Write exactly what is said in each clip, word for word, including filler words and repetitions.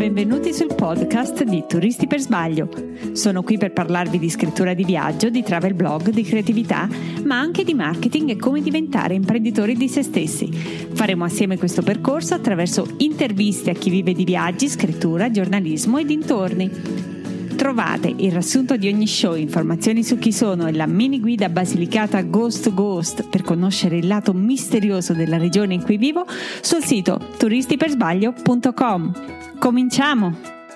Benvenuti sul podcast di Turisti per Sbaglio. Sono qui per parlarvi di scrittura di viaggio, di travel blog, di creatività, ma anche di marketing e come diventare imprenditori di se stessi. Faremo assieme questo percorso attraverso interviste a chi vive di viaggi, scrittura, giornalismo e dintorni. Trovate il riassunto di ogni show, informazioni su chi sono e la mini guida Basilicata Ghost to Ghost per conoscere il lato misterioso della regione in cui vivo sul sito turisti per sbaglio punto com. Cominciamo!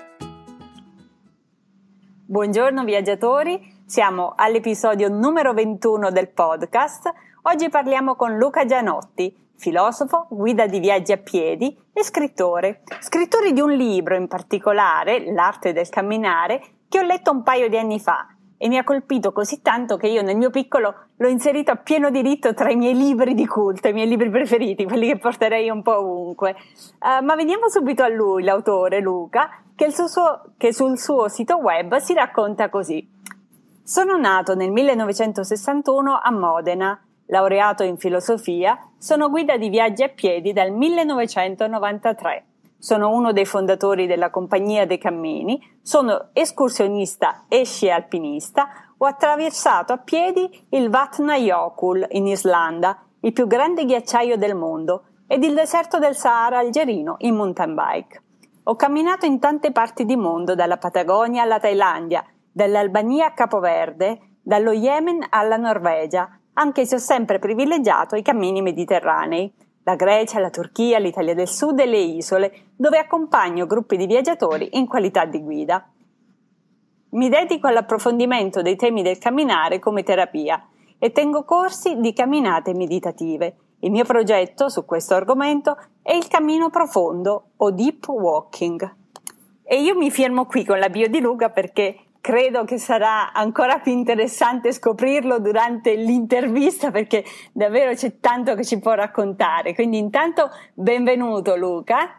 Buongiorno viaggiatori, siamo all'episodio numero ventuno del podcast. Oggi parliamo con Luca Gianotti, filosofo, guida di viaggi a piedi e scrittore. Scrittore di un libro in particolare, L'arte del camminare, che ho letto un paio di anni fa e mi ha colpito così tanto che io nel mio piccolo l'ho inserito a pieno diritto tra i miei libri di culto, i miei libri preferiti, quelli che porterei un po' ovunque. Uh, ma veniamo subito a lui, l'autore Luca, che, il suo, che sul suo sito web si racconta così. Sono nato nel millenovecentosessantuno a Modena, laureato in filosofia, sono guida di viaggi a piedi dal millenovecentonovantatré. Sono uno dei fondatori della Compagnia dei Cammini, sono escursionista e sci alpinista, ho attraversato a piedi il Vatnajökull in Islanda, il più grande ghiacciaio del mondo, ed il deserto del Sahara algerino in mountain bike. Ho camminato in tante parti di mondo, dalla Patagonia alla Thailandia, dall'Albania a Capoverde, dallo Yemen alla Norvegia, anche se ho sempre privilegiato i cammini mediterranei, la Grecia, la Turchia, l'Italia del Sud e le isole, dove accompagno gruppi di viaggiatori in qualità di guida. Mi dedico all'approfondimento dei temi del camminare come terapia e tengo corsi di camminate meditative. Il mio progetto su questo argomento è il cammino profondo o deep walking. E io mi fermo qui con la bio di Luca perché credo che sarà ancora più interessante scoprirlo durante l'intervista perché davvero c'è tanto che ci può raccontare. Quindi intanto benvenuto Luca.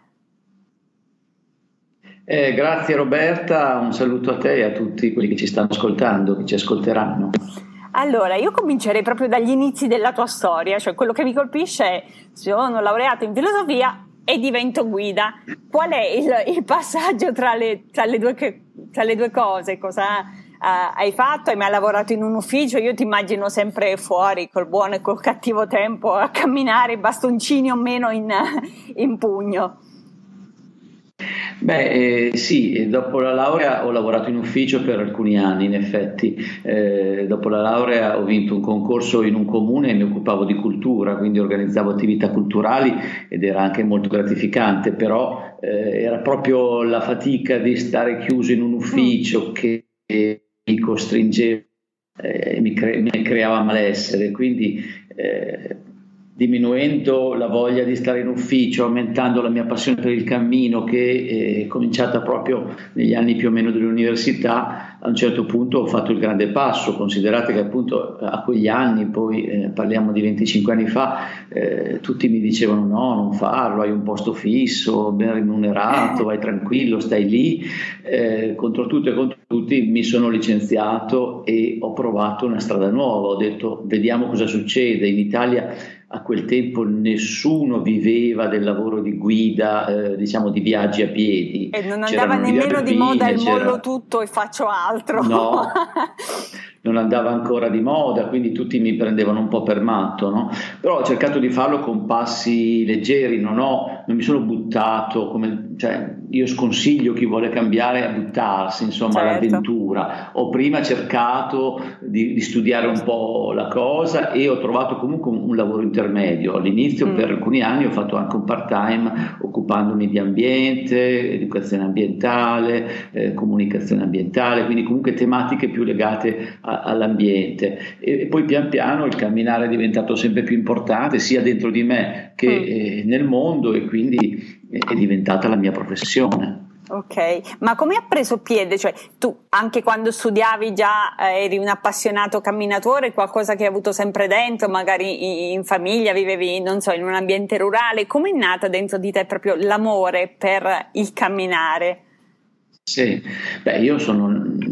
Eh, grazie Roberta, un saluto a te e a tutti quelli che ci stanno ascoltando, che ci ascolteranno. Allora, io comincerei proprio dagli inizi della tua storia, cioè quello che mi colpisce è sono laureato in filosofia e divento guida. Qual è il, il passaggio tra le, tra le due che tra le due cose? Cosa uh, hai fatto? Hai mai lavorato in un ufficio? Io ti immagino sempre fuori col buono e col cattivo tempo a camminare, bastoncini o meno in, in pugno. Beh, eh, sì, dopo la laurea ho lavorato in ufficio per alcuni anni, in effetti. Eh, dopo la laurea ho vinto un concorso in un comune e mi occupavo di cultura, quindi organizzavo attività culturali ed era anche molto gratificante, però eh, era proprio la fatica di stare chiuso in un ufficio che mi costringeva, eh, mi, cre- mi creava malessere, quindi eh, diminuendo la voglia di stare in ufficio, aumentando la mia passione per il cammino che è cominciata proprio negli anni più o meno dell'università, a un certo punto ho fatto il grande passo. Considerate che appunto a quegli anni, poi eh, parliamo di venticinque anni fa, eh, tutti mi dicevano no, non farlo, hai un posto fisso, ben remunerato, vai tranquillo, stai lì, eh, contro tutto e contro tutti mi sono licenziato e ho provato una strada nuova, ho detto vediamo cosa succede. In Italia a quel tempo nessuno viveva del lavoro di guida, eh, diciamo di viaggi a piedi. E non andava nemmeno di moda il mollo tutto e faccio altro. No, non andava ancora di moda, quindi tutti mi prendevano un po' per matto, no? Però ho cercato di farlo con passi leggeri, non, ho, non mi sono buttato, come, cioè, io sconsiglio chi vuole cambiare a buttarsi, insomma, certo, all'avventura. Ho prima cercato di, di studiare un po' la cosa e ho trovato comunque un, un lavoro intermedio. All'inizio mm. per alcuni anni ho fatto anche un part-time occupandomi di ambiente, educazione ambientale, eh, comunicazione ambientale, quindi comunque tematiche più legate a all'ambiente, e poi pian piano il camminare è diventato sempre più importante sia dentro di me che eh, nel mondo, e quindi è diventata la mia professione. Ok, ma come ha preso piede? Cioè tu anche quando studiavi già eh, eri un appassionato camminatore, qualcosa che hai avuto sempre dentro, magari in famiglia vivevi, non so, in un ambiente rurale, come è nata dentro di te proprio l'amore per il camminare? Sì, beh, io sono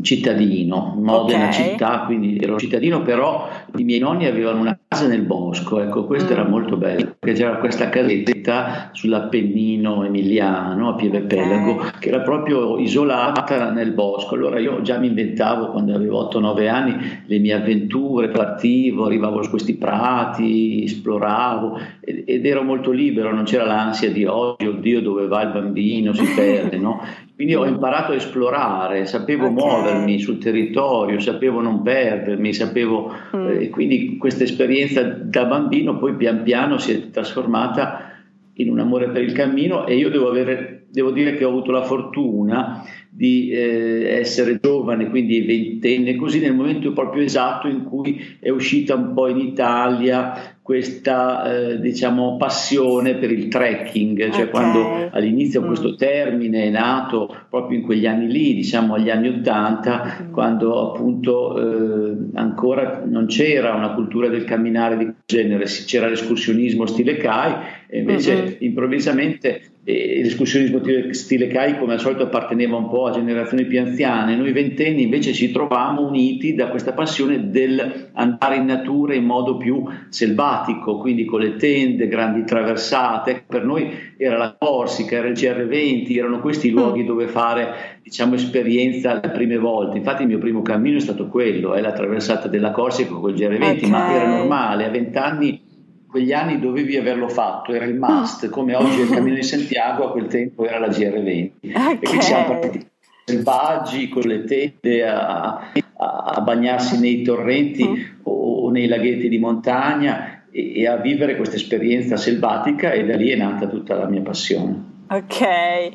cittadino, Modena Ok. città, quindi ero cittadino, però i miei nonni avevano una casa nel bosco, ecco, questo Mm. era molto bello, perché c'era questa casetta sull'Appennino emiliano a Pieve Ok. Pelago, che era proprio isolata nel bosco. Allora io già mi inventavo, quando avevo otto nove anni, le mie avventure, partivo, arrivavo su questi prati, esploravo ed, ed ero molto libero, non c'era l'ansia di oggi, oddio dove va il bambino, si perde, no? Quindi ho Mm. imparato a esplorare, sapevo Ok. muovermi sul territorio, sapevo non perdermi, sapevo, Mm. eh, e quindi questa esperienza da bambino poi pian piano si è trasformata in un amore per il cammino, e io devo avere, devo dire che ho avuto la fortuna di eh, essere giovane, quindi ventenne, così nel momento proprio esatto in cui è uscita un po' in Italia questa eh, diciamo passione per il trekking, cioè Ok. quando all'inizio Mm. questo termine è nato proprio in quegli anni lì, diciamo agli anni Ottanta, Mm. quando appunto eh, ancora non c'era una cultura del camminare di quel genere, sì, c'era l'escursionismo stile C A I, e invece Mm-mm. improvvisamente eh, l'escursionismo stile C A I come al solito apparteneva un po' a generazioni più anziane. Noi ventenni invece ci trovavamo uniti da questa passione del andare in natura in modo più selvatico, quindi con le tende, grandi traversate. Per noi era la Corsica, era il G R venti, erano questi i luoghi Mm. dove fare, diciamo, esperienza le prime volte. Infatti il mio primo cammino è stato quello, è la traversata della Corsica con il G R venti, Ok. ma era normale, a vent'anni, quegli anni dovevi averlo fatto, era il must, come oggi è il Cammino di Santiago, a quel tempo era la G R venti. E quindi siamo Ok. partiti selvaggi con le tende a, a, a bagnarsi nei torrenti Mm. o, o nei laghetti di montagna e, e a vivere questa esperienza selvatica, e da lì è nata tutta la mia passione. Ok,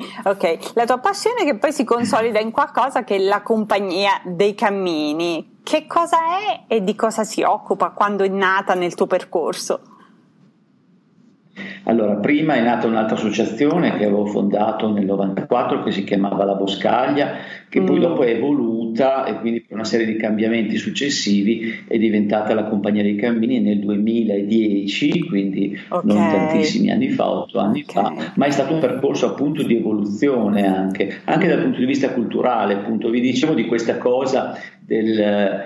ok. La tua passione che poi si consolida in qualcosa che è la compagnia dei cammini. Che cosa è e di cosa si occupa quando è nata nel tuo percorso? Allora, prima è nata un'altra associazione che avevo fondato nel novantaquattro, che si chiamava La Boscaglia, che poi Mm. dopo è evoluta, e quindi per una serie di cambiamenti successivi è diventata la Compagnia dei Cammini nel duemiladieci, quindi Ok. non tantissimi anni fa, otto anni Ok. fa, ma è stato un percorso appunto di evoluzione anche, anche dal punto di vista culturale. Appunto vi dicevo di questa cosa del,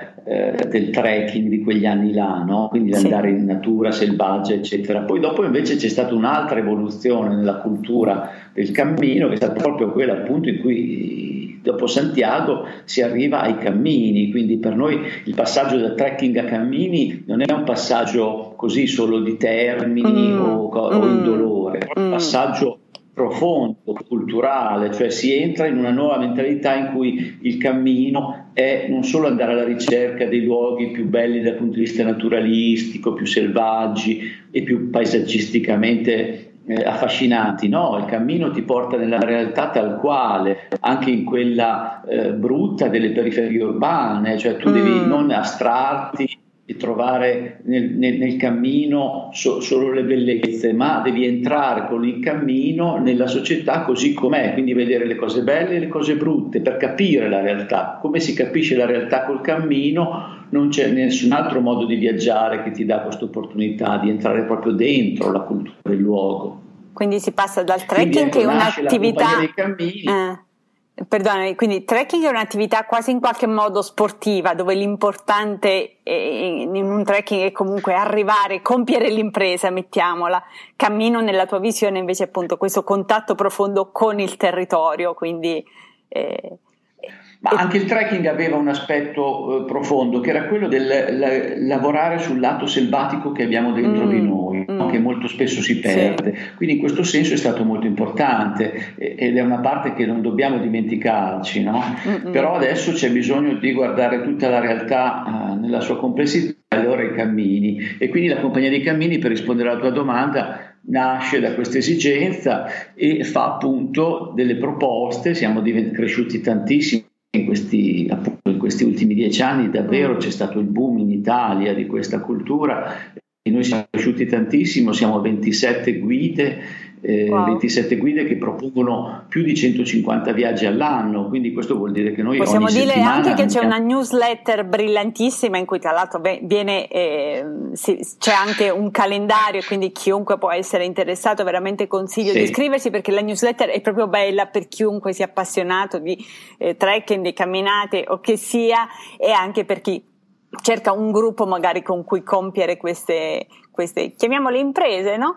eh, del trekking di quegli anni là, no? Quindi Sì. andare in natura selvaggia, eccetera. Poi dopo invece c'è stata un'altra evoluzione nella cultura del cammino, che è stata proprio quella appunto in cui dopo Santiago si arriva ai cammini. Quindi per noi il passaggio da trekking a cammini non è un passaggio così solo di termini Mm. o, o Mm. indolore, è un Mm. passaggio profondo, culturale, cioè si entra in una nuova mentalità in cui il cammino è non solo andare alla ricerca dei luoghi più belli dal punto di vista naturalistico, più selvaggi e più paesaggisticamente eh, affascinanti, no, il cammino ti porta nella realtà tal quale, anche in quella eh, brutta delle periferie urbane, cioè tu Mm. devi non astrarti e trovare nel, nel, nel cammino so, solo le bellezze, ma devi entrare con il cammino nella società così com'è, quindi vedere le cose belle e le cose brutte per capire la realtà. Come si capisce la realtà col cammino, non c'è nessun altro modo di viaggiare che ti dà questa opportunità di entrare proprio dentro la cultura del luogo. Quindi si passa dal Quindi trekking, ecco, che è nasce la un'attività. Compagnia dei Cammini. Eh. Perdonami, quindi trekking è un'attività quasi in qualche modo sportiva, dove l'importante è, in un trekking è comunque arrivare, compiere l'impresa, mettiamola. Cammino, nella tua visione, invece, appunto questo contatto profondo con il territorio, quindi eh, Ma anche il trekking aveva un aspetto eh, profondo, che era quello del la, lavorare sul lato selvatico che abbiamo dentro mm, di noi, mm, no? Che molto spesso si perde. Sì. Quindi in questo senso è stato molto importante, eh, ed è una parte che non dobbiamo dimenticarci, no? Però adesso c'è bisogno di guardare tutta la realtà eh, nella sua complessità, e allora i cammini. E quindi la Compagnia dei Cammini, per rispondere alla tua domanda, nasce da questa esigenza e fa appunto delle proposte. Siamo divent- cresciuti tantissimo. In questi, appunto, in questi ultimi dieci anni davvero c'è stato il boom in Italia di questa cultura e noi siamo cresciuti tantissimo, siamo ventisette guide eh, wow. ventisette guide che propongono più di centocinquanta viaggi all'anno, quindi questo vuol dire che noi possiamo ogni dire settimana anche che andiamo... c'è una newsletter brillantissima in cui tra l'altro viene eh, si, c'è anche un calendario, quindi chiunque può essere interessato, veramente consiglio sì. di iscriversi, perché la newsletter è proprio bella per chiunque sia appassionato di eh, trekking, di camminate o che sia, e anche per chi cerca un gruppo magari con cui compiere queste, queste chiamiamole imprese, no?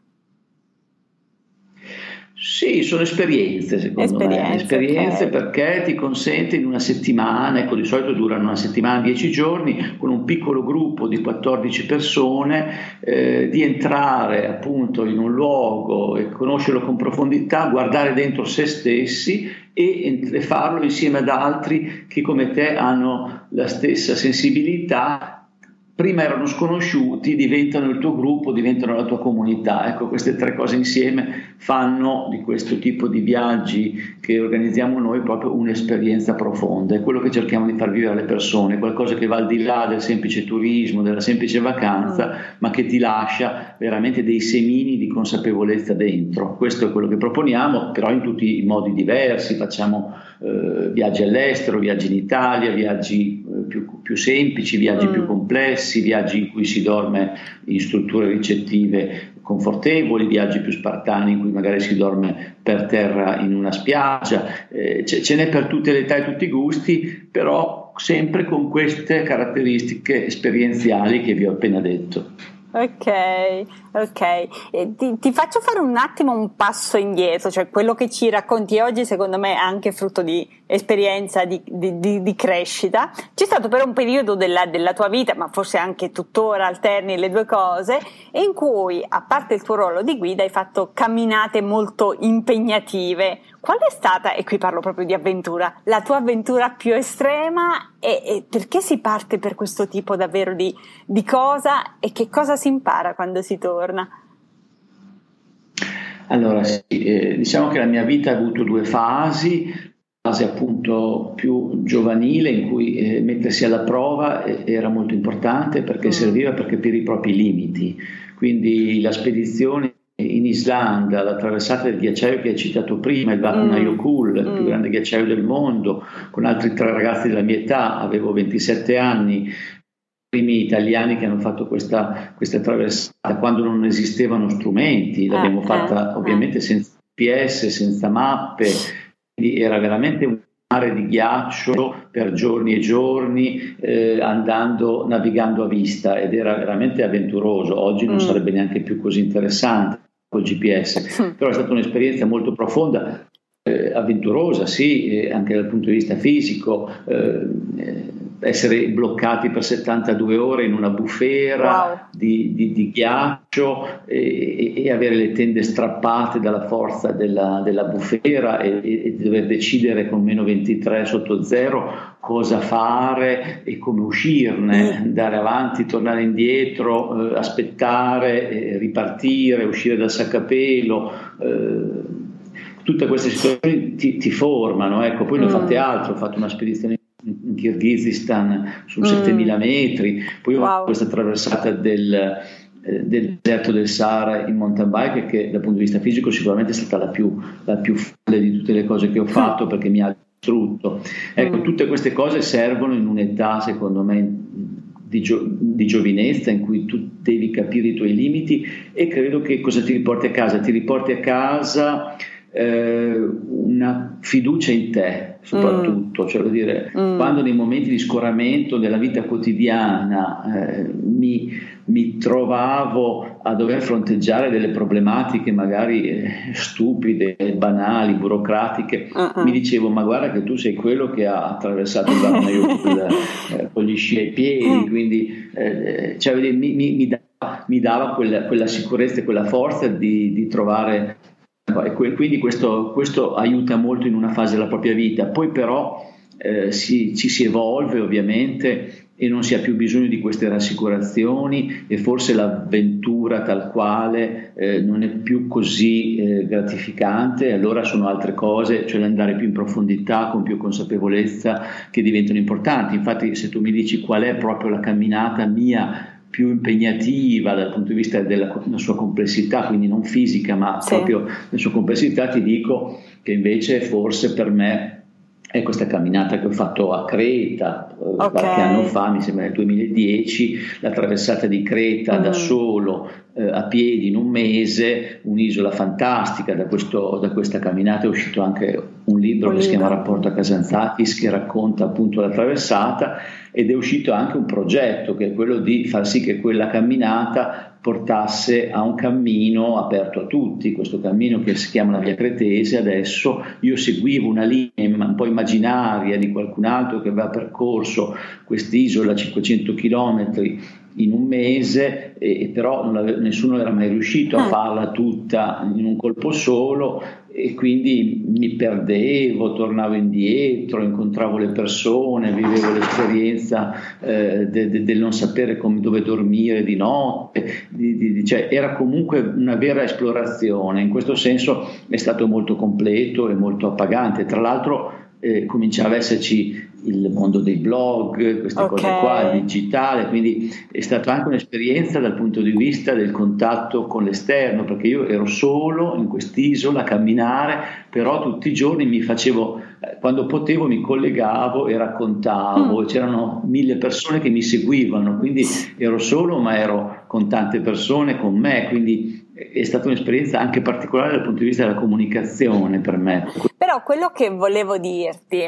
Sì, sono esperienze secondo esperienze, me, esperienze okay. Perché ti consente in una settimana, ecco di solito durano una settimana, dieci giorni, con un piccolo gruppo di quattordici persone, eh, di entrare appunto in un luogo e conoscerlo con profondità, guardare dentro se stessi e, e farlo insieme ad altri che come te hanno la stessa sensibilità. Prima erano sconosciuti, diventano il tuo gruppo, diventano la tua comunità. Ecco, queste tre cose insieme fanno di questo tipo di viaggi che organizziamo noi proprio un'esperienza profonda. È quello che cerchiamo di far vivere alle persone, qualcosa che va al di là del semplice turismo, della semplice vacanza, mm. ma che ti lascia veramente dei semini di consapevolezza dentro. Questo è quello che proponiamo, però in tutti i modi diversi. Facciamo eh, viaggi all'estero, viaggi in Italia, viaggi eh, più, più semplici, viaggi mm. più complessi, viaggi in cui si dorme in strutture ricettive confortevoli, viaggi più spartani in cui magari si dorme per terra in una spiaggia, eh, ce, ce n'è per tutte le età e tutti i gusti, però sempre con queste caratteristiche esperienziali che vi ho appena detto. Ok, ok. E ti, ti faccio fare un attimo un passo indietro, cioè quello che ci racconti oggi secondo me è anche frutto di esperienza, di, di, di, di crescita. C'è stato però un periodo della, della tua vita, ma forse anche tuttora alterni le due cose, in cui a parte il tuo ruolo di guida hai fatto camminate molto impegnative. Qual è stata, e qui parlo proprio di avventura, la tua avventura più estrema e, e perché si parte per questo tipo davvero di, di cosa e che cosa si impara quando si torna? Allora, sì, eh, diciamo che la mia vita ha avuto due fasi, fase appunto più giovanile in cui eh, mettersi alla prova eh, era molto importante perché mm. serviva per capire i propri limiti, quindi la spedizione in Islanda, la traversata del ghiacciaio che hai citato prima, il Vatnajökull, mm. il più grande ghiacciaio del mondo, con altri tre ragazzi della mia età, avevo ventisette anni, i primi italiani che hanno fatto questa, questa traversata, quando non esistevano strumenti, l'abbiamo eh, fatta eh, ovviamente eh. senza G P S, senza mappe, quindi era veramente un mare di ghiaccio per giorni e giorni, eh, andando, navigando a vista, ed era veramente avventuroso. Oggi non mm. sarebbe neanche più così interessante col G P S, mm. però è stata un'esperienza molto profonda, eh, avventurosa, sì, eh, anche dal punto di vista fisico, eh, eh, essere bloccati per settantadue ore in una bufera wow. di, di, di ghiaccio e, e avere le tende strappate dalla forza della, della bufera e, e dover decidere con meno ventitré sotto zero cosa fare e come uscirne, andare avanti, tornare indietro, eh, aspettare, eh, ripartire, uscire dal saccapelo. Eh, tutte queste situazioni ti, ti formano, ecco. Poi mm. ne ho fatte altre, ho fatto una spedizione in Kirghizistan su mm. settemila metri, poi ho fatto wow. questa traversata del, eh, del deserto del Sahara in mountain bike, che dal punto di vista fisico sicuramente è stata la più, la più folle di tutte le cose che ho fatto mm. perché mi ha distrutto. Ecco, mm. tutte queste cose servono in un'età, secondo me, di, gio- di giovinezza, in cui tu devi capire i tuoi limiti, e credo che cosa ti riporti a casa? Ti riporti a casa eh, una fiducia in te, soprattutto, mm. cioè vuol dire, mm. quando nei momenti di scoramento della vita quotidiana eh, mi, mi trovavo a dover fronteggiare delle problematiche magari eh, stupide, banali, burocratiche, uh-uh. mi dicevo: ma guarda che tu sei quello che ha attraversato il Vatnajökull eh, con gli sci ai piedi, quindi eh, cioè, mi, mi, mi dava, mi dava quella, quella sicurezza e quella forza di, di trovare. E quindi questo, questo aiuta molto in una fase della propria vita. Poi però eh, si, ci si evolve ovviamente e non si ha più bisogno di queste rassicurazioni, e forse l'avventura tal quale eh, non è più così eh, gratificante. Allora sono altre cose, cioè andare più in profondità con più consapevolezza, che diventano importanti. Infatti, se tu mi dici qual è proprio la camminata mia più impegnativa dal punto di vista della, della sua complessità, quindi non fisica ma sì. proprio nella sua complessità, ti dico che invece forse per me è questa camminata che ho fatto a Creta okay. qualche anno fa, mi sembra nel duemiladieci, la traversata di Creta mm. da solo eh, a piedi in un mese, un'isola fantastica. Da, questo, da questa camminata è uscito anche un libro un che libro. si chiama Rapporto a Kazantzakis, che racconta appunto la traversata, ed è uscito anche un progetto che è quello di far sì che quella camminata portasse a un cammino aperto a tutti, questo cammino che si chiama la Via Cretese. Adesso io seguivo una linea un po' immaginaria di qualcun altro che aveva percorso quest'isola a cinquecento chilometri in un mese, e però non ave- nessuno era mai riuscito a farla tutta in un colpo solo, e quindi mi perdevo, tornavo indietro, incontravo le persone, vivevo l'esperienza eh, de- de- del non sapere come, dove dormire di notte, di, di, cioè era comunque una vera esplorazione. In questo senso è stato molto completo e molto appagante. Tra l'altro eh, cominciava a esserci il mondo dei blog, queste okay. cose qua, il digitale, quindi è stata anche un'esperienza dal punto di vista del contatto con l'esterno, perché io ero solo in quest'isola a camminare, però tutti i giorni mi facevo, eh, quando potevo mi collegavo e raccontavo, mm. c'erano mille persone che mi seguivano, quindi ero solo ma ero con tante persone con me, quindi è stata un'esperienza anche particolare dal punto di vista della comunicazione per me. Però quello che volevo dirti,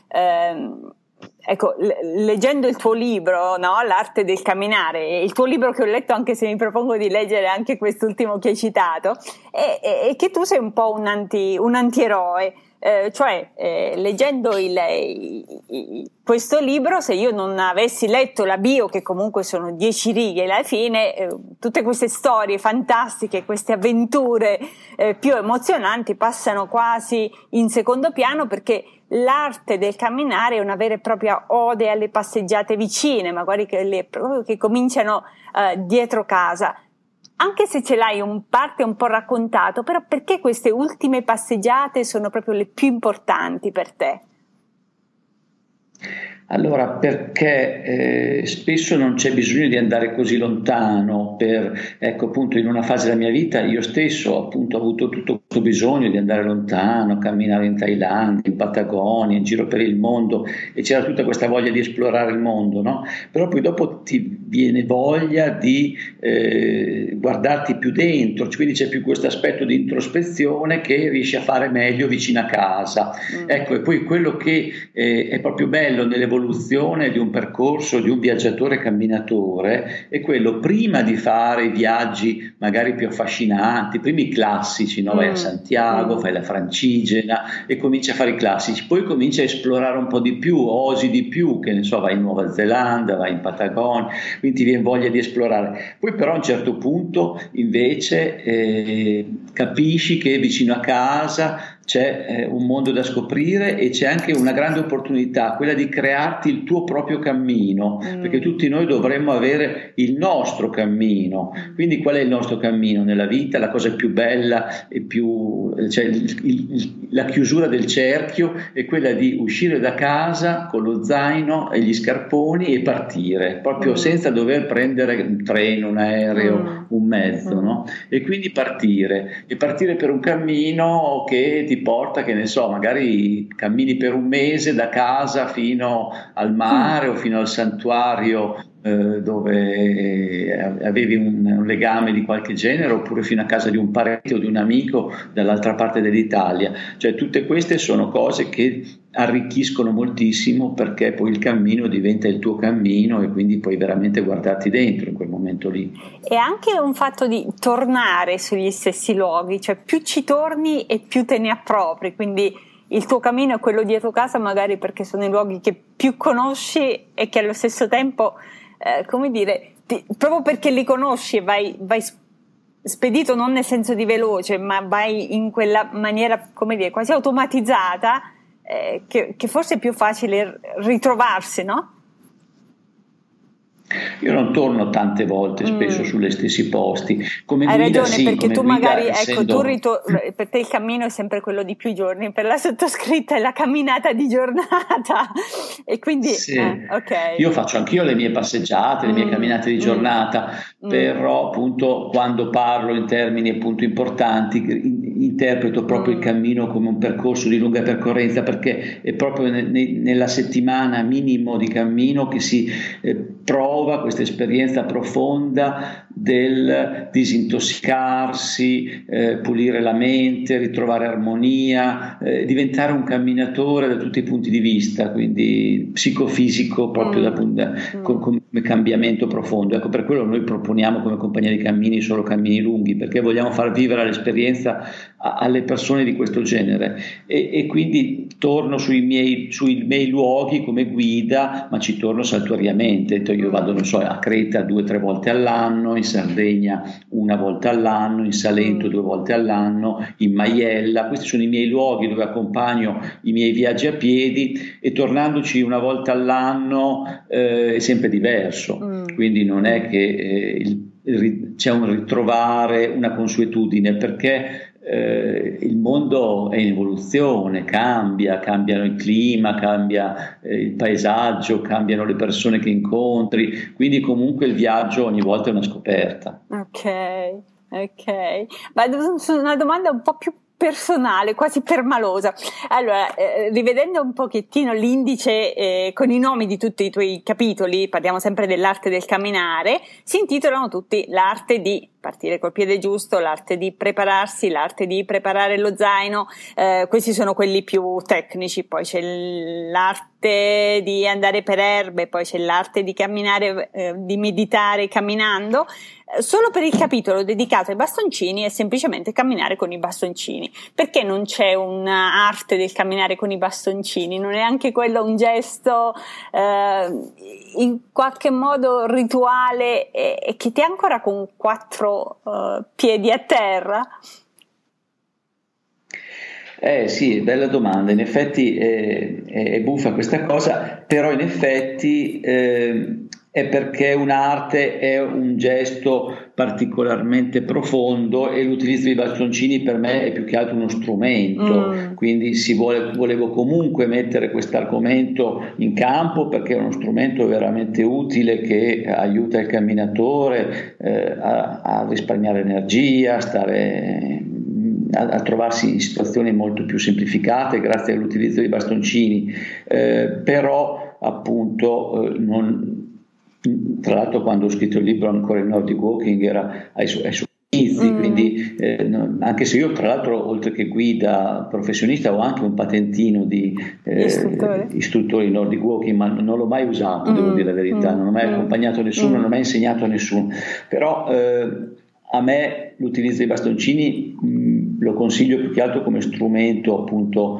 ehm, ecco, l- leggendo il tuo libro, no? L'arte del camminare, il tuo libro che ho letto, anche se mi propongo di leggere anche quest'ultimo che hai citato, è, è, è che tu sei un po' un, anti, un antieroe. Eh, cioè eh, leggendo il, i, i, questo libro, se io non avessi letto la bio, che comunque sono dieci righe alla fine, eh, tutte queste storie fantastiche, queste avventure eh, più emozionanti passano quasi in secondo piano, perché l'arte del camminare è una vera e propria ode alle passeggiate vicine, magari che, le, che cominciano eh, dietro casa. Anche se ce l'hai un parte un po' raccontato, però perché queste ultime passeggiate sono proprio le più importanti per te? Allora, perché eh, spesso non c'è bisogno di andare così lontano per, ecco, appunto, in una fase della mia vita io stesso appunto ho avuto tutto questo bisogno di andare lontano, camminare in Thailandia, in Patagonia, in giro per il mondo, e c'era tutta questa voglia di esplorare il mondo, no? Però poi dopo ti viene voglia di eh, guardarti più dentro, quindi c'è più questo aspetto di introspezione che riesci a fare meglio vicino a casa. Mm. Ecco, e poi quello che eh, è proprio bello nell'evoluzione di un percorso di un viaggiatore camminatore è quello, prima di fare i viaggi magari più affascinanti, prima i classici, no? Vai a Santiago, mm. fai la Francigena e cominci a fare i classici, poi cominci a esplorare un po' di più, osi di più, che ne so, vai in Nuova Zelanda, vai in Patagonia, quindi ti viene voglia di esplorare. Poi però a un certo punto invece eh, capisci che vicino a casa c'è eh, un mondo da scoprire, e c'è anche una grande opportunità, quella di crearti il tuo proprio cammino, mm. perché tutti noi dovremmo avere il nostro cammino. Quindi qual è il nostro cammino nella vita? La cosa più bella e più, cioè il, il, la chiusura del cerchio è quella di uscire da casa con lo zaino e gli scarponi e partire, proprio mm. senza dover prendere un treno, un aereo, mm. un mezzo, mm. no? E quindi partire, e partire per un cammino che ti porta, che ne so, magari cammini per un mese da casa fino al mare mm. o fino al santuario eh, dove avevi un, un legame di qualche genere, oppure fino a casa di un parente o di un amico dall'altra parte dell'Italia. Cioè tutte queste sono cose che arricchiscono moltissimo, perché poi il cammino diventa il tuo cammino e quindi puoi veramente guardarti dentro in quel momento lì. E anche un fatto di tornare sugli stessi luoghi, cioè più ci torni e più te ne appropri, quindi il tuo cammino è quello dietro casa, magari perché sono i luoghi che più conosci e che allo stesso tempo, eh, come dire, ti, proprio perché li conosci vai, vai spedito, non nel senso di veloce, ma vai in quella maniera, come dire, quasi automatizzata, Eh, che, che forse è più facile ritrovarsi, no? Io non torno tante volte, spesso mm. sulle stessi posti. Come Hai guida, ragione, sì, perché come tu guida, magari, essendo... ecco, tu ritor- per te il cammino è sempre quello di più giorni, per la sottoscritta è la camminata di giornata, e quindi sì. eh, okay. Io faccio anch'io le mie passeggiate, le mie mm. camminate di giornata, mm. però appunto quando parlo in termini appunto importanti interpreto proprio mm. il cammino come un percorso di lunga percorrenza, perché è proprio ne- ne- nella settimana minimo di cammino che si eh, prova questa esperienza profonda del disintossicarsi, eh, pulire la mente, ritrovare armonia, eh, diventare un camminatore da tutti i punti di vista, quindi psicofisico proprio mm. da, mm. con, come cambiamento profondo. Ecco, per quello noi proponiamo come compagnia di cammini solo cammini lunghi, perché vogliamo far vivere l'esperienza a, alle persone di questo genere, e, e quindi torno sui miei, sui miei luoghi come guida, ma ci torno saltuariamente. Io vado, non so, a Creta due o tre volte all'anno, in Sardegna una volta all'anno, in Salento due volte all'anno, in Maiella. Questi sono i miei luoghi dove accompagno i miei viaggi a piedi, e tornandoci una volta all'anno eh, è sempre diverso, mm. quindi non è che eh, il, il, c'è un ritrovare una consuetudine, perché Eh, il mondo è in evoluzione, cambia, cambiano il clima, cambia eh, il paesaggio, cambiano le persone che incontri, quindi comunque il viaggio ogni volta è una scoperta. Ok, ok, ma una domanda un po' più personale, quasi permalosa. Allora, eh, rivedendo un pochettino l'indice eh, con i nomi di tutti i tuoi capitoli, parliamo sempre dell'arte del camminare, si intitolano tutti l'arte di partire col piede giusto, l'arte di prepararsi, l'arte di preparare lo zaino, eh, questi sono quelli più tecnici, poi c'è l'arte di andare per erbe, poi c'è l'arte di camminare, eh, di meditare camminando. Solo per il capitolo dedicato ai bastoncini è semplicemente camminare con i bastoncini. Perché non c'è un'arte del camminare con i bastoncini? Non è anche quello un gesto eh, in qualche modo rituale e, e che ti è ancora con quattro uh, piedi a terra? Eh sì, bella domanda. In effetti è, è buffa questa cosa, però in effetti eh, è perché un'arte è un gesto particolarmente profondo, e l'utilizzo dei bastoncini per me è più che altro uno strumento, mm. quindi si vuole, volevo comunque mettere questo argomento in campo, perché è uno strumento veramente utile che aiuta il camminatore eh, a, a risparmiare energia, a stare... A, a trovarsi in situazioni molto più semplificate grazie all'utilizzo dei bastoncini, eh, però appunto eh, non, tra l'altro quando ho scritto il libro ancora il Nordic Walking era ai, su, ai suoi inizi, mm. quindi eh, no, anche se io tra l'altro oltre che guida professionista ho anche un patentino di eh, istruttore. istruttore di Nordic Walking, ma non l'ho mai usato, mm. devo dire la verità, mm. non ho mai accompagnato nessuno, mm. non ho mai insegnato a nessuno, però eh, a me l'utilizzo dei bastoncini mh, lo consiglio più che altro come strumento appunto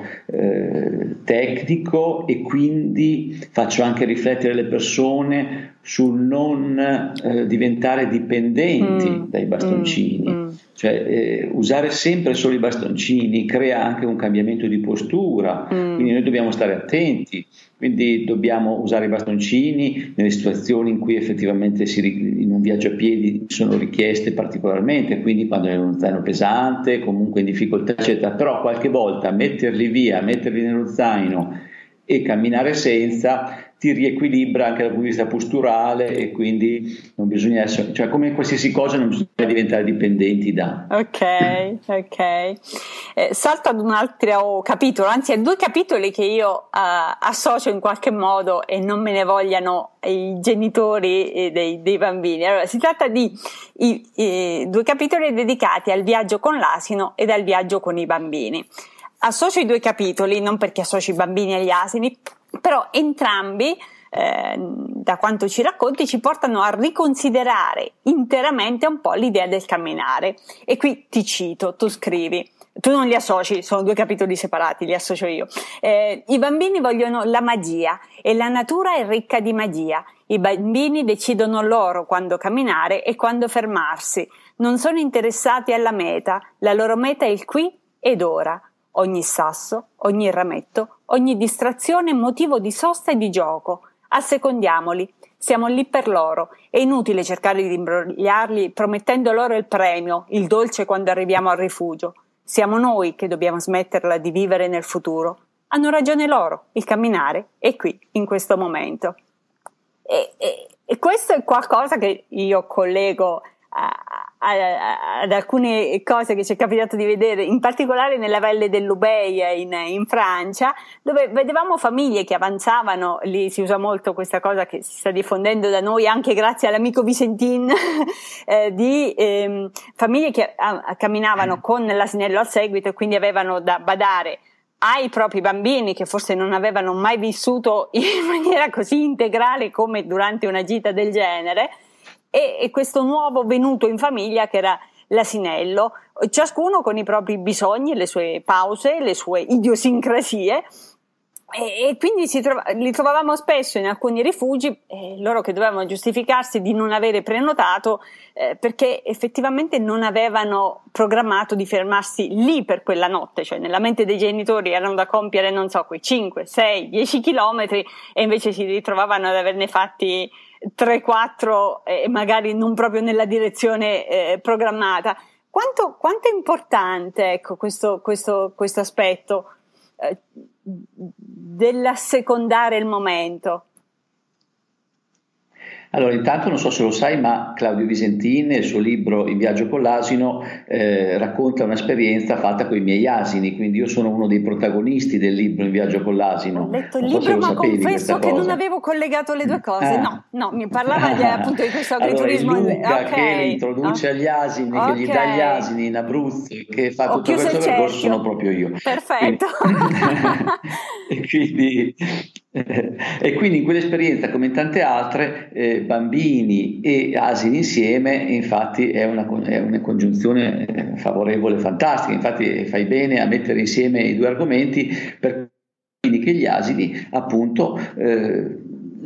eh, tecnico, e quindi faccio anche riflettere le persone sul non eh, diventare dipendenti mm, dai bastoncini, mm, mm. cioè eh, usare sempre solo i bastoncini crea anche un cambiamento di postura, mm. quindi noi dobbiamo stare attenti, quindi dobbiamo usare i bastoncini nelle situazioni in cui effettivamente si, in un viaggio a piedi sono richieste particolarmente, quindi quando è uno zaino pesante, comunque in difficoltà eccetera, però qualche volta metterli via, metterli nello zaino e camminare senza ti riequilibra anche dal punto di vista posturale, e quindi non bisogna essere, cioè come in qualsiasi cosa non bisogna diventare dipendenti da. Ok, ok. Eh, salto ad un altro capitolo, anzi a due capitoli che io uh, associo in qualche modo e non me ne vogliano i genitori dei, dei bambini. Allora, si tratta di i, i, due capitoli dedicati al viaggio con l'asino ed al viaggio con i bambini. Associo i due capitoli non perché associo i bambini agli asini, però entrambi, eh, da quanto ci racconti, ci portano a riconsiderare interamente un po' l'idea del camminare. E qui ti cito, tu scrivi, tu non li associ, sono due capitoli separati, li associo io. Eh, I bambini vogliono la magia e la natura è ricca di magia. I bambini decidono loro quando camminare e quando fermarsi. Non sono interessati alla meta, la loro meta è il qui ed ora. Ogni sasso, ogni rametto, ogni distrazione è motivo di sosta e di gioco. Assecondiamoli, siamo lì per loro, è inutile cercare di imbrogliarli promettendo loro il premio, il dolce quando arriviamo al rifugio. Siamo noi che dobbiamo smetterla di vivere nel futuro. Hanno ragione loro, il camminare è qui, in questo momento. E, e, e questo è qualcosa che io collego a, a, a, ad alcune cose che ci è capitato di vedere, in particolare nella Valle dell'Ubeia in, in Francia, dove vedevamo famiglie che avanzavano. Lì si usa molto questa cosa che si sta diffondendo da noi anche grazie all'amico Vicentin, eh, di eh, famiglie che a, camminavano con l'asinello al seguito e quindi avevano da badare ai propri bambini che forse non avevano mai vissuto in maniera così integrale come durante una gita del genere, e, e questo nuovo venuto in famiglia che era l'asinello, ciascuno con i propri bisogni, le sue pause, le sue idiosincrasie, e, e quindi si trova, li trovavamo spesso in alcuni rifugi, eh, loro che dovevano giustificarsi di non avere prenotato eh, perché effettivamente non avevano programmato di fermarsi lì per quella notte, cioè nella mente dei genitori erano da compiere, non so, quei cinque, sei, dieci chilometri e invece si ritrovavano ad averne fatti tre quattro e magari non proprio nella direzione eh, programmata. Quanto, quanto è importante, ecco, questo, questo, questo aspetto eh, dell'assecondare il momento? Allora, intanto non so se lo sai, ma Claudio Vicentin nel suo libro In viaggio con l'asino eh, racconta un'esperienza fatta con i miei asini, quindi io sono uno dei protagonisti del libro In viaggio con l'asino. Ho letto il libro, ma confesso che non avevo collegato le due cose. Ah. No, no, mi parlava di, appunto di questo agriturismo. Allora, Luca okay. che li introduce agli asini, okay. che gli dà gli asini in Abruzzo, che fa Ho tutto questo percorso, sono proprio io. Perfetto. E quindi... E quindi in quell'esperienza, come in tante altre, eh, bambini e asini insieme, infatti è una, è una congiunzione favorevole, fantastica. Infatti fai bene a mettere insieme i due argomenti, per che gli asini appunto eh,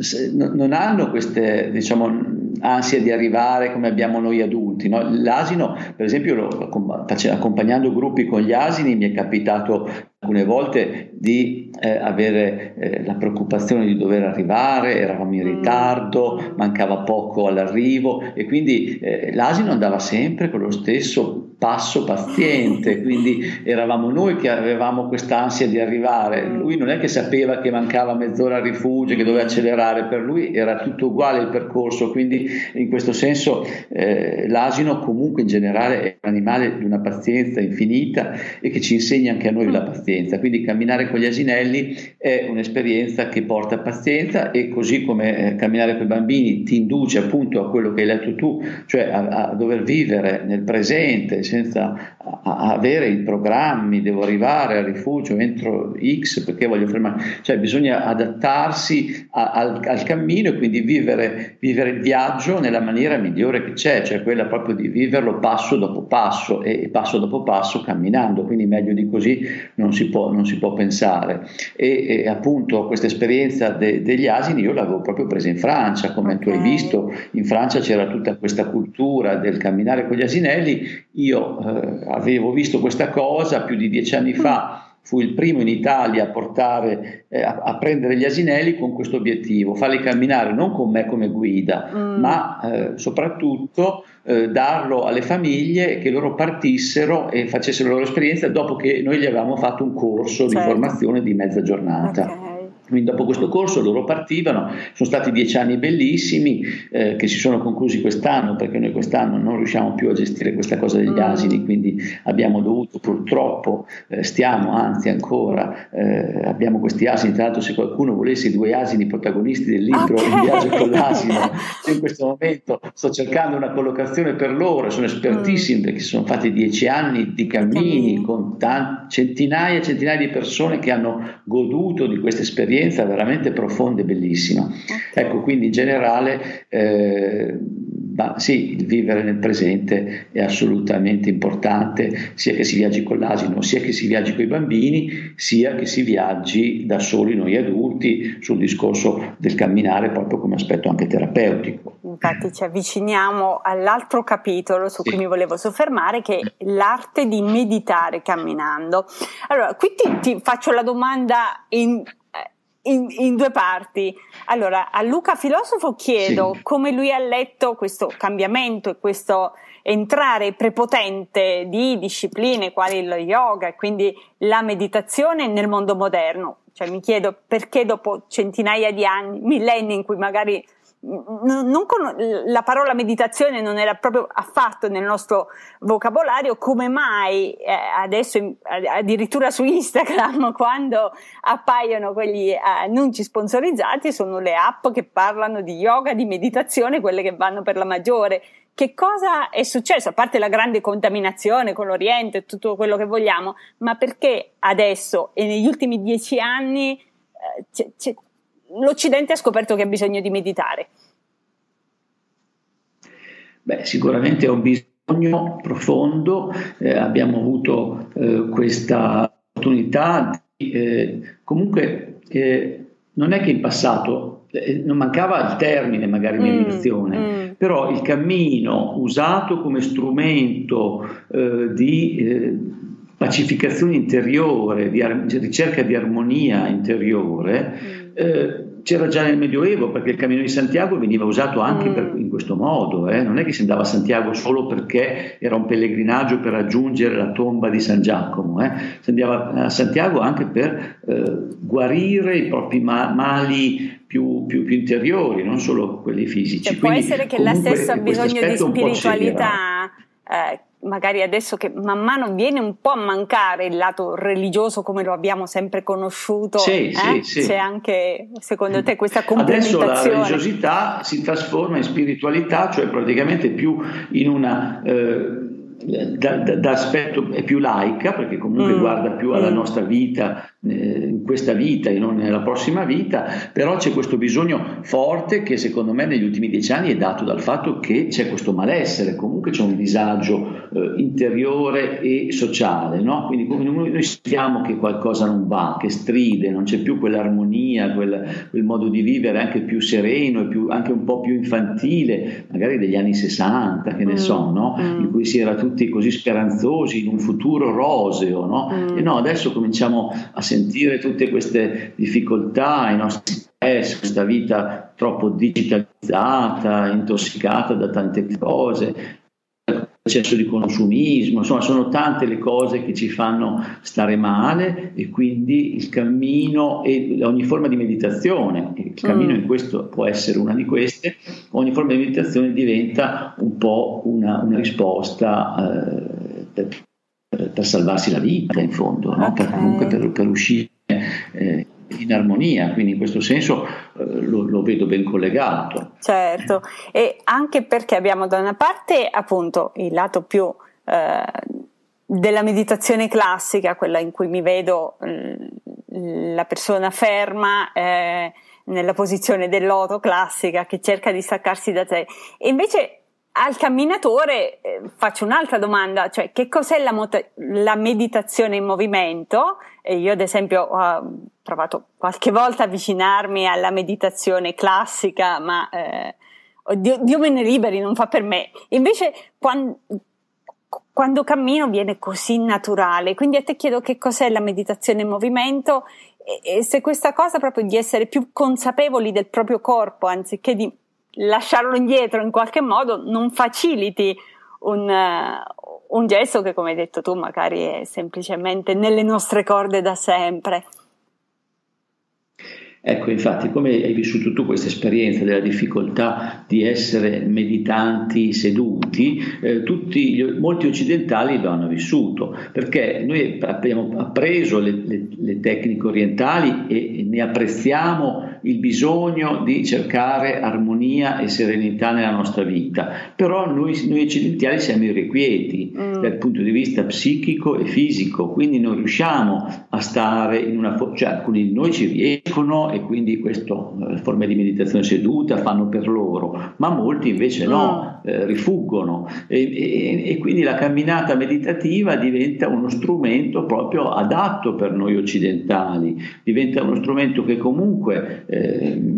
non hanno queste, diciamo, ansia di arrivare come abbiamo noi adulti, no? L'asino, per esempio, lo, accompagnando gruppi con gli asini, mi è capitato alcune volte di eh, avere eh, la preoccupazione di dover arrivare, eravamo in ritardo, mancava poco all'arrivo, e quindi eh, l'asino andava sempre con lo stesso passo paziente, quindi eravamo noi che avevamo questa ansia di arrivare. Lui non è che sapeva che mancava mezz'ora al rifugio, che doveva accelerare, per lui era tutto uguale il percorso, quindi in questo senso eh, l'asino comunque in generale è un animale di una pazienza infinita e che ci insegna anche a noi la pazienza. Quindi camminare con gli asinelli è un'esperienza che porta pazienza, e così come eh, camminare con i bambini ti induce appunto a quello che hai letto tu, cioè a, a dover vivere nel presente senza a, a avere i programmi, devo arrivare al rifugio entro X perché voglio fermare, cioè bisogna adattarsi a, al, al cammino, e quindi vivere, vivere il viaggio nella maniera migliore che c'è, cioè quella proprio di viverlo passo dopo passo e, e passo dopo passo camminando, quindi meglio di così non si può, non si può pensare. E, e appunto questa esperienza de, degli asini io l'avevo proprio presa in Francia, come okay. tu hai visto, in Francia c'era tutta questa cultura del camminare con gli asinelli. Io eh, avevo visto questa cosa più di dieci anni fa, fui il primo in Italia a portare, eh, a, a prendere gli asinelli con questo obiettivo, farli camminare non con me come guida, mm. ma eh, soprattutto eh, darlo alle famiglie, che loro partissero e facessero la loro esperienza dopo che noi gli avevamo fatto un corso certo. di formazione di mezza giornata. Okay. Quindi dopo questo corso loro partivano, sono stati dieci anni bellissimi eh, che si sono conclusi quest'anno, perché noi quest'anno non riusciamo più a gestire questa cosa degli asini, quindi abbiamo dovuto purtroppo, eh, stiamo anzi ancora, eh, abbiamo questi asini. Tra l'altro, se qualcuno volesse i due asini protagonisti del libro okay. In viaggio con l'asino, in questo momento sto cercando una collocazione per loro, sono espertissimi mm. perché sono fatti dieci anni di cammini con tanti, centinaia e centinaia di persone che hanno goduto di questa esperienza veramente profonda e bellissima. Okay. Ecco, quindi in generale eh, ma sì, il vivere nel presente è assolutamente importante, sia che si viaggi con l'asino, sia che si viaggi con i bambini, sia che si viaggi da soli noi adulti, sul discorso del camminare proprio come aspetto anche terapeutico. Infatti ci avviciniamo all'altro capitolo su sì. cui mi volevo soffermare, che è l'arte di meditare camminando. Allora, qui ti, ti faccio la domanda in in, in due parti. Allora, a Luca Filosofo chiedo sì. come lui ha letto questo cambiamento e questo entrare prepotente di discipline quali lo yoga e quindi la meditazione nel mondo moderno. Cioè mi chiedo perché dopo centinaia di anni, millenni in cui magari non con, la parola meditazione non era proprio affatto nel nostro vocabolario, come mai eh, adesso addirittura su Instagram quando appaiono quegli annunci sponsorizzati sono le app che parlano di yoga, di meditazione, quelle che vanno per la maggiore. Che cosa è successo? A parte la grande contaminazione con l'Oriente e tutto quello che vogliamo, ma perché adesso e negli ultimi dieci anni eh, c'è, c'è, l'Occidente ha scoperto che ha bisogno di meditare? Beh, sicuramente è un bisogno profondo, eh, abbiamo avuto eh, questa opportunità di, eh, comunque eh, non è che in passato eh, non mancava il termine magari meditazione, mm, mm. però il cammino usato come strumento eh, di eh, pacificazione interiore, di ar- ricerca di armonia interiore, mm. eh, c'era già nel Medioevo, perché il Cammino di Santiago veniva usato anche mm. per, in questo modo, eh? non è che si andava a Santiago solo perché era un pellegrinaggio per raggiungere la tomba di San Giacomo, eh? si andava a Santiago anche per eh, guarire i propri ma- mali più, più, più interiori, non solo quelli fisici. Cioè, può essere che la stessa ha bisogno di spiritualità, eh, magari adesso che man mano viene un po' a mancare il lato religioso come lo abbiamo sempre conosciuto, sì, eh? sì, sì. C'è anche secondo te questa complementazione? Adesso la religiosità si trasforma in spiritualità, cioè praticamente più in una eh, da, da, da aspetto è più laica, perché comunque mm. guarda più alla mm. nostra vita, eh, in questa vita e non nella prossima vita, però c'è questo bisogno forte che secondo me negli ultimi dieci anni è dato dal fatto che c'è questo malessere, comunque c'è un disagio eh, interiore e sociale, no? Quindi noi, noi sentiamo che qualcosa non va, che stride, non c'è più quell'armonia, quel, quel modo di vivere anche più sereno e più, anche un po' più infantile, magari degli anni sessanta, che ne mm. so, no? Mm. in cui si era tutti così speranzosi in un futuro roseo, no? Mm. E no, adesso cominciamo a sentire tutte queste difficoltà, i nostri stress, questa vita troppo digitalizzata, intossicata da tante cose, l'eccesso di consumismo, insomma sono tante le cose che ci fanno stare male, e quindi il cammino e ogni forma di meditazione, il cammino in questo può essere una di queste, ogni forma di meditazione diventa un po' una, una risposta eh, per, per, per salvarsi la vita in fondo, no? Okay. per, comunque per, per uscire eh, in armonia, quindi in questo senso eh, lo, lo vedo ben collegato. Certo, e anche perché abbiamo da una parte appunto il lato più eh, della meditazione classica, quella in cui mi vedo l- la persona ferma eh, nella posizione del loto classica che cerca di staccarsi da te, e invece al camminatore eh, faccio un'altra domanda, cioè che cos'è la, mot- la meditazione in movimento? E io ad esempio ho provato qualche volta a avvicinarmi alla meditazione classica, ma eh, Dio, Dio me ne liberi, non fa per me. Invece quando, quando cammino viene così naturale, quindi a te chiedo che cos'è la meditazione in movimento e, e se questa cosa proprio di essere più consapevoli del proprio corpo anziché di lasciarlo indietro in qualche modo non faciliti un, uh, un gesto che, come hai detto tu, magari è semplicemente nelle nostre corde da sempre. Ecco, infatti, come hai vissuto tu questa esperienza della difficoltà di essere meditanti seduti, eh, tutti gli, molti occidentali lo hanno vissuto, perché noi abbiamo appreso le, le, le tecniche orientali e, e ne apprezziamo il bisogno di cercare armonia e serenità nella nostra vita, però noi, noi occidentali siamo irrequieti mm. dal punto di vista psichico e fisico, quindi non riusciamo a stare in una, cioè alcuni di noi ci riescono e quindi questo eh, forme di meditazione seduta fanno per loro, ma molti invece no, eh, rifuggono e, e, e quindi la camminata meditativa diventa uno strumento proprio adatto per noi occidentali, diventa uno strumento che comunque eh,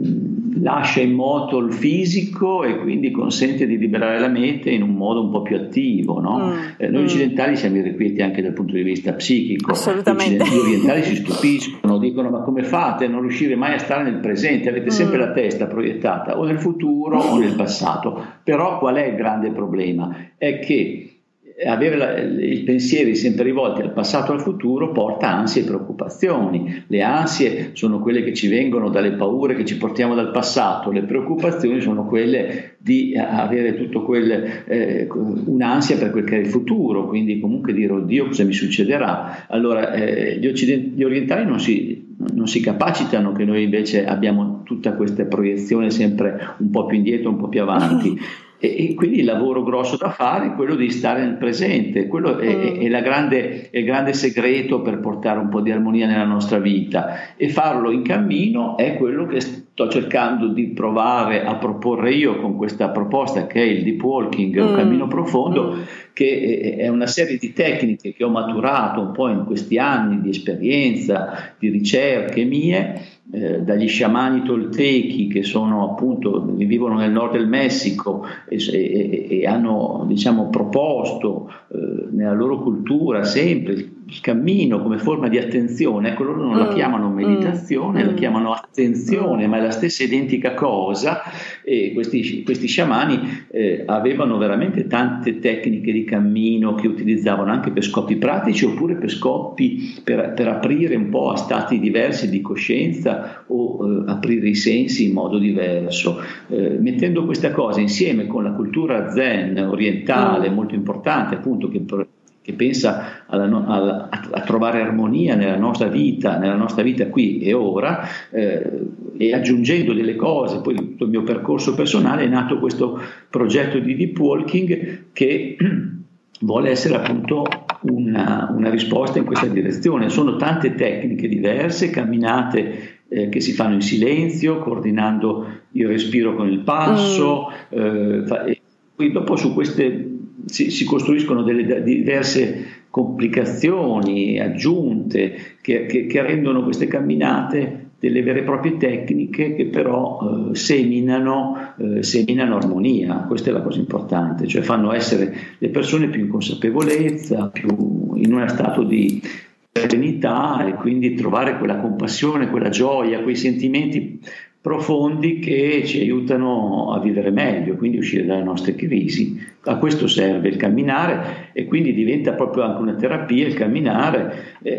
lascia in moto il fisico e quindi consente di liberare la mente in un modo un po' più attivo, no? Mm. Eh, noi mm. occidentali siamo irrequieti anche dal punto di vista psichico. Assolutamente. Gli orientali si stupiscono, dicono: ma come fate a non riuscire mai a stare nel presente? Avete sempre mm. la testa proiettata o nel futuro o nel passato. Però qual è il grande problema? È che avere la, i pensieri sempre rivolti al passato e al futuro porta ansie e preoccupazioni. Le ansie sono quelle che ci vengono dalle paure che ci portiamo dal passato, le preoccupazioni sono quelle di avere tutto quel, eh, un'ansia per quel che è il futuro, quindi comunque dire: oddio, cosa mi succederà? Allora eh, gli, occident- gli orientali non si, non si capacitano, che noi invece abbiamo tutta questa proiezione sempre un po' più indietro, un po' più avanti. E quindi il lavoro grosso da fare è quello di stare nel presente, quello è, mm. è, la grande, è il grande segreto per portare un po' di armonia nella nostra vita, e farlo in cammino è quello che sto cercando di provare a proporre io con questa proposta, che è il deep walking, mm. un cammino profondo, mm. che è una serie di tecniche che ho maturato un po' in questi anni di esperienza, di ricerche mie, Eh, dagli sciamani toltechi, che sono appunto, vivono nel nord del Messico e, e, e hanno, diciamo, proposto eh, nella loro cultura sempre il, il cammino come forma di attenzione. Ecco, loro non mm. la chiamano meditazione, mm. la chiamano attenzione, mm. ma è la stessa identica cosa. E questi, questi sciamani eh, avevano veramente tante tecniche di cammino che utilizzavano anche per scopi pratici, oppure per scopi per, per aprire un po' a stati diversi di coscienza, o eh, aprire i sensi in modo diverso, eh, mettendo questa cosa insieme con la cultura zen orientale, mm. molto importante, appunto, che, che pensa alla, alla, a, a trovare armonia nella nostra vita, nella nostra vita qui e ora, eh, e aggiungendo delle cose. Poi tutto il mio percorso personale è nato questo progetto di deep walking che vuole essere appunto una, una risposta in questa direzione. Sono tante tecniche diverse, camminate eh, che si fanno in silenzio, coordinando il respiro con il passo, mm. eh, fa, e poi dopo su queste si, si costruiscono delle diverse complicazioni aggiunte che, che, che rendono queste camminate delle vere e proprie tecniche che però eh, seminano, eh, seminano armonia. Questa è la cosa importante, cioè fanno essere le persone più in consapevolezza, più in uno stato di serenità, e quindi trovare quella compassione, quella gioia, quei sentimenti profondi che ci aiutano a vivere meglio, quindi uscire dalle nostre crisi. A questo serve il camminare, e quindi diventa proprio anche una terapia il camminare, e,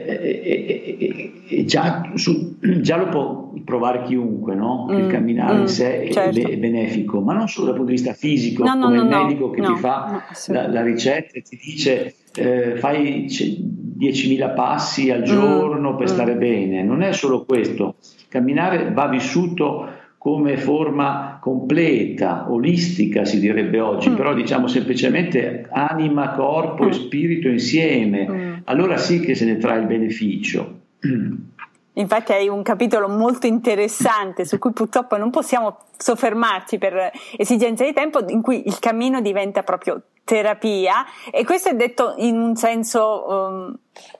e, e, e già, su, già lo può provare chiunque, no? Mm, il camminare mm, in sé certo. è benefico, ma non solo dal punto di vista fisico, no, no, come no, il medico no, che no, ti fa no, la, la ricetta e ti dice eh, fai diecimila passi al giorno mm, per mm. stare bene. Non è solo questo. Camminare va vissuto come forma completa, olistica si direbbe oggi, mm. però diciamo semplicemente anima, corpo mm. e spirito insieme, mm. allora sì che se ne trae il beneficio. Infatti hai un capitolo molto interessante su cui purtroppo non possiamo soffermarci per esigenze di tempo, in cui il cammino diventa proprio terapia, e questo è detto in un senso um,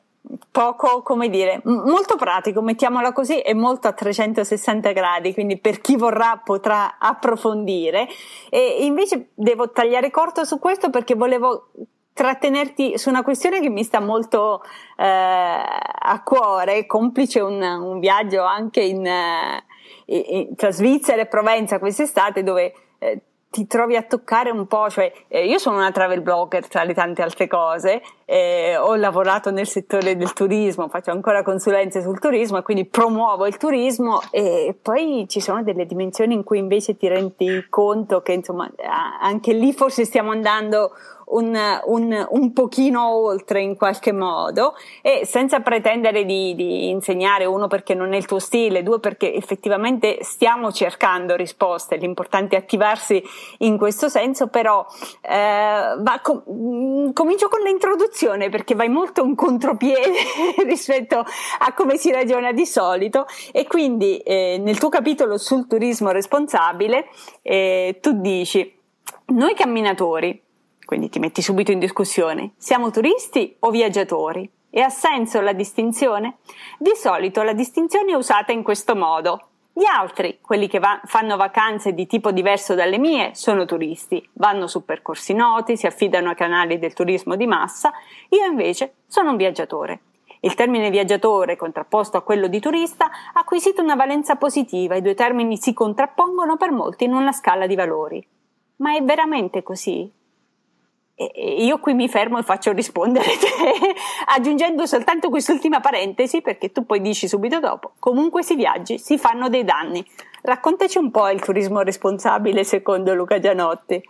poco, come dire, molto pratico, mettiamola così, e molto a trecentosessanta gradi, quindi per chi vorrà potrà approfondire. E invece devo tagliare corto su questo, perché volevo trattenerti su una questione che mi sta molto eh, a cuore, complice un, un viaggio anche in, in, in, tra Svizzera e Provenza quest'estate, dove eh, ti trovi a toccare un po', cioè eh, io sono una travel blogger tra le tante altre cose, eh, ho lavorato nel settore del turismo, faccio ancora consulenze sul turismo e quindi promuovo il turismo, e poi ci sono delle dimensioni in cui invece ti rendi conto che insomma anche lì forse stiamo andando un, un, un pochino oltre in qualche modo, e senza pretendere di, di insegnare, uno perché non è il tuo stile, due perché effettivamente stiamo cercando risposte, l'importante è attivarsi in questo senso. Però eh, va com- comincio con l'introduzione, perché vai molto in contropiede rispetto a come si ragiona di solito, e quindi eh, nel tuo capitolo sul turismo responsabile eh, tu dici: noi camminatori, quindi ti metti subito in discussione, siamo turisti o viaggiatori? E ha senso la distinzione? Di solito la distinzione è usata in questo modo: gli Gli altri, quelli che va- fanno vacanze di tipo diverso dalle mie, sono turisti, vanno su percorsi noti, si affidano a canali del turismo di massa. Io invece sono un viaggiatore. Il termine viaggiatore, contrapposto a quello di turista, ha acquisito una valenza positiva, i due termini si contrappongono per molti in una scala di valori. Ma è veramente così? E io qui mi fermo e faccio rispondere te, aggiungendo soltanto quest'ultima parentesi, perché tu poi dici subito dopo: comunque si viaggi, si fanno dei danni. Raccontaci un po' il turismo responsabile secondo Luca Gianotti.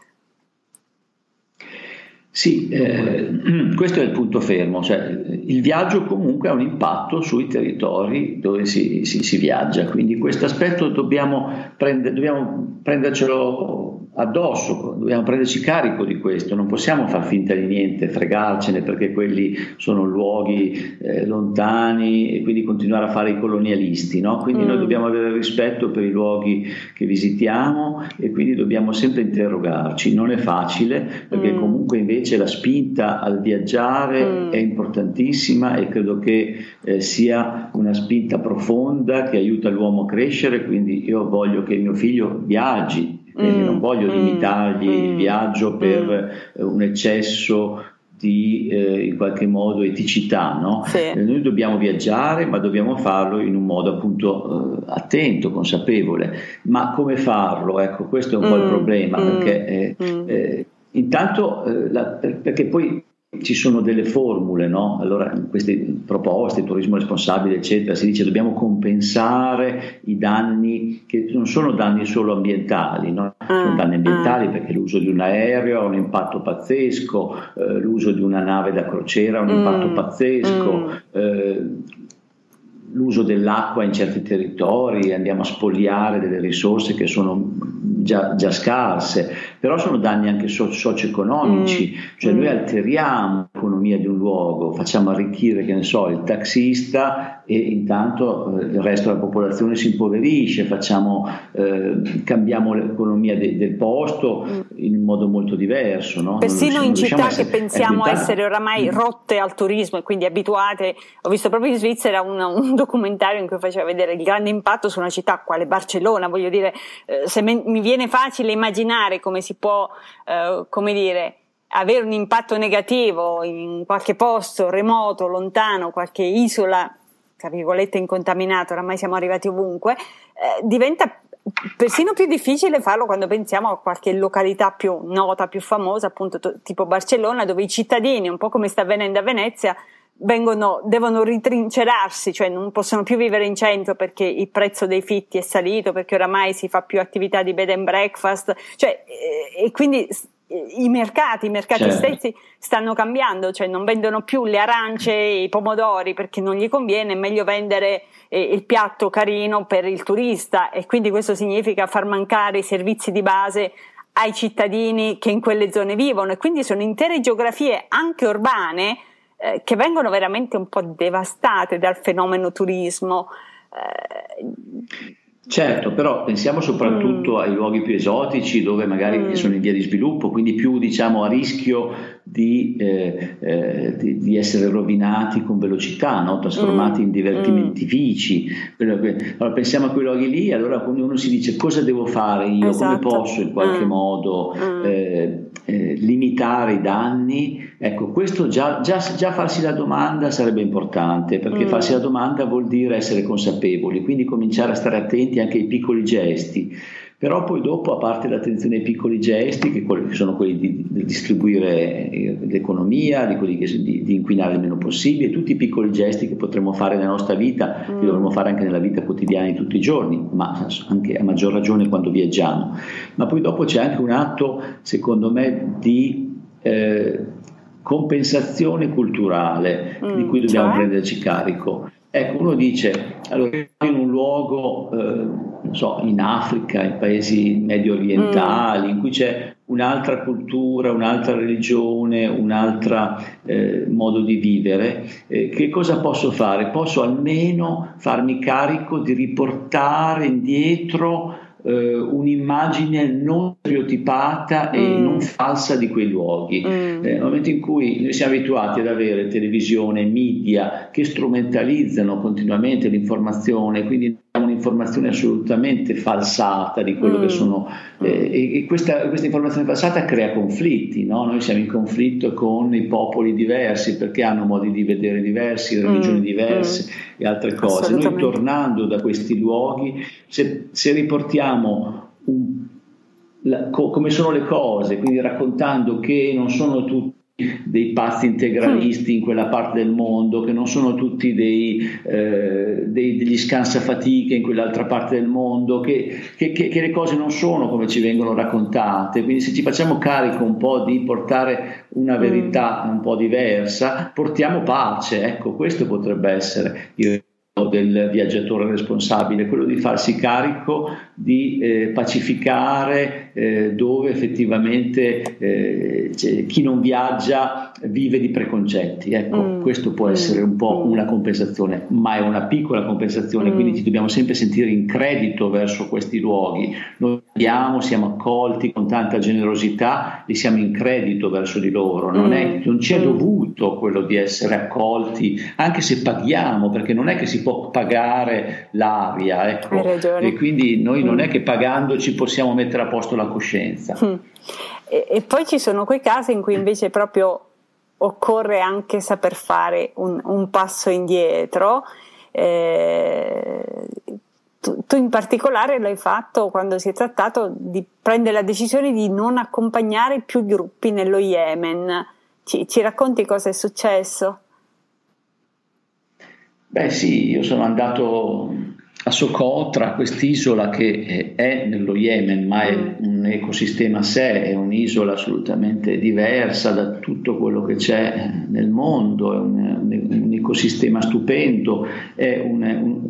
Sì, eh, questo è il punto fermo, cioè il viaggio comunque ha un impatto sui territori dove si, si, si viaggia, quindi questo aspetto dobbiamo, prendere, dobbiamo prendercelo addosso, dobbiamo prenderci carico di questo, non possiamo far finta di niente, fregarcene perché quelli sono luoghi eh, lontani e quindi continuare a fare i colonialisti, no? Quindi mm. noi dobbiamo avere rispetto per i luoghi che visitiamo e quindi dobbiamo sempre interrogarci, non è facile perché mm. comunque invece la spinta al viaggiare mm. è importantissima e credo che eh, sim una spinta profonda che aiuta l'uomo a crescere, quindi io voglio che mio figlio viaggi. Quindi mm, non voglio limitargli mm, il viaggio per mm. un eccesso di eh, in qualche modo eticità, no? Sì. Eh, noi dobbiamo viaggiare, ma dobbiamo farlo in un modo appunto eh, attento, consapevole. Ma come farlo? Ecco, questo è un mm, po' il problema, mm, perché eh, mm. eh, intanto eh, la, perché poi ci sono delle formule, no? Allora in queste proposte, turismo responsabile eccetera, si dice dobbiamo compensare i danni che non sono danni solo ambientali, no? Sono danni ambientali perché l'uso di un aereo ha un impatto pazzesco, eh, l'uso di una nave da crociera ha un impatto mm. pazzesco, eh, l'uso dell'acqua in certi territori, andiamo a spogliare delle risorse che sono già, già scarse, però sono danni anche so- socio-economici, mm. cioè noi alteriamo l'economia di un luogo, facciamo arricchire, che ne so, il taxista e intanto eh, il resto della popolazione si impoverisce, facciamo, eh, cambiamo l'economia de- del posto mm. in modo molto diverso. No? Persino in città che pensiamo essere oramai mm. rotte al turismo e quindi abituate, ho visto proprio in Svizzera un, un documentario in cui faceva vedere il grande impatto su una città quale Barcellona, voglio dire, eh, se me, mi viene facile immaginare come si può, eh, come dire, avere un impatto negativo in qualche posto remoto, lontano, qualche isola, tra virgolette, incontaminata, oramai siamo arrivati ovunque, eh, diventa persino più difficile farlo quando pensiamo a qualche località più nota, più famosa, appunto to- tipo Barcellona, dove i cittadini, un po' come sta avvenendo a Venezia, vengono, devono ritrincerarsi, cioè non possono più vivere in centro perché il prezzo dei fitti è salito, perché oramai si fa più attività di bed and breakfast, cioè, e, e quindi i mercati, i mercati certo. stessi stanno cambiando, cioè non vendono più le arance e i pomodori perché non gli conviene, è meglio vendere eh, il piatto carino per il turista, e quindi questo significa far mancare i servizi di base ai cittadini che in quelle zone vivono, e quindi sono intere geografie anche urbane eh, che vengono veramente un po' devastate dal fenomeno turismo. Eh, Certo, però pensiamo soprattutto mm. ai luoghi più esotici dove magari mm. sono in via di sviluppo, quindi più diciamo a rischio di, eh, eh, di, di essere rovinati con velocità, no? Trasformati mm. in divertimentifici. Allora pensiamo a quei luoghi lì, allora quando uno si dice cosa devo fare io, esatto. come posso in qualche mm. modo mm. Eh, eh, limitare i danni, ecco questo già, già, già farsi la domanda sarebbe importante, perché mm. farsi la domanda vuol dire essere consapevoli, quindi cominciare a stare attenti anche ai piccoli gesti, però poi dopo, a parte l'attenzione ai piccoli gesti che, quelli, che sono quelli di, di distribuire l'economia, di quelli che, di, di inquinare il meno possibile, tutti i piccoli gesti che potremmo fare nella nostra vita, mm. che dovremmo fare anche nella vita quotidiana di tutti i giorni, ma anche a maggior ragione quando viaggiamo. Ma poi dopo c'è anche un atto, secondo me, di eh, compensazione culturale mm, di cui dobbiamo cioè? prenderci carico. Ecco, uno dice, allora in un luogo, eh, non so, in Africa, in paesi medio orientali, mm. in cui c'è un'altra cultura, un'altra religione, un altro eh, modo di vivere, eh, che cosa posso fare? Posso almeno farmi carico di riportare indietro eh, un'immagine non stereotipata e mm. non falsa di quei luoghi. Mm. Eh, nel momento in cui noi siamo abituati ad avere televisione, media che strumentalizzano continuamente l'informazione, quindi un'informazione un'informazione assolutamente falsata di quello mm. che sono eh, e, e questa, questa informazione falsata crea conflitti, no? Noi siamo in conflitto con i popoli diversi perché hanno modi di vedere diversi, religioni mm. diverse mm. e altre cose. Noi tornando da questi luoghi, se, se riportiamo un, la, co, come sono le cose, quindi raccontando che non sono tutti dei pazzi integralisti in quella parte del mondo, che non sono tutti dei, eh, dei, degli scansafatiche in quell'altra parte del mondo, che, che, che, che le cose non sono come ci vengono raccontate. Quindi se ci facciamo carico un po' di portare una verità un po' diversa, portiamo pace. Ecco, questo potrebbe essere il del viaggiatore responsabile, quello di farsi carico di eh, pacificare eh, dove effettivamente eh, cioè, chi non viaggia vive di preconcetti. Ecco, mm. questo può essere un po' una compensazione, ma è una piccola compensazione, mm. quindi ci dobbiamo sempre sentire in credito verso questi luoghi. Noi andiamo, siamo accolti con tanta generosità e siamo in credito verso di loro. Non, è, non ci è dovuto quello di essere accolti, anche se paghiamo, perché non è che si può pagare l'aria, ecco. E quindi noi non è che pagando ci possiamo mettere a posto la coscienza. Mm. E, e poi ci sono quei casi in cui invece proprio occorre anche saper fare un, un passo indietro. Eh, tu, tu in particolare l'hai fatto quando si è trattato di prendere la decisione di non accompagnare più gruppi nello Yemen. Ci, ci racconti cosa è successo? Beh sì, io sono andato a Socotra, quest'isola che è nello Yemen, ma è un ecosistema a sé, è un'isola assolutamente diversa da tutto quello che c'è nel mondo, è un, un ecosistema stupendo, è un, un,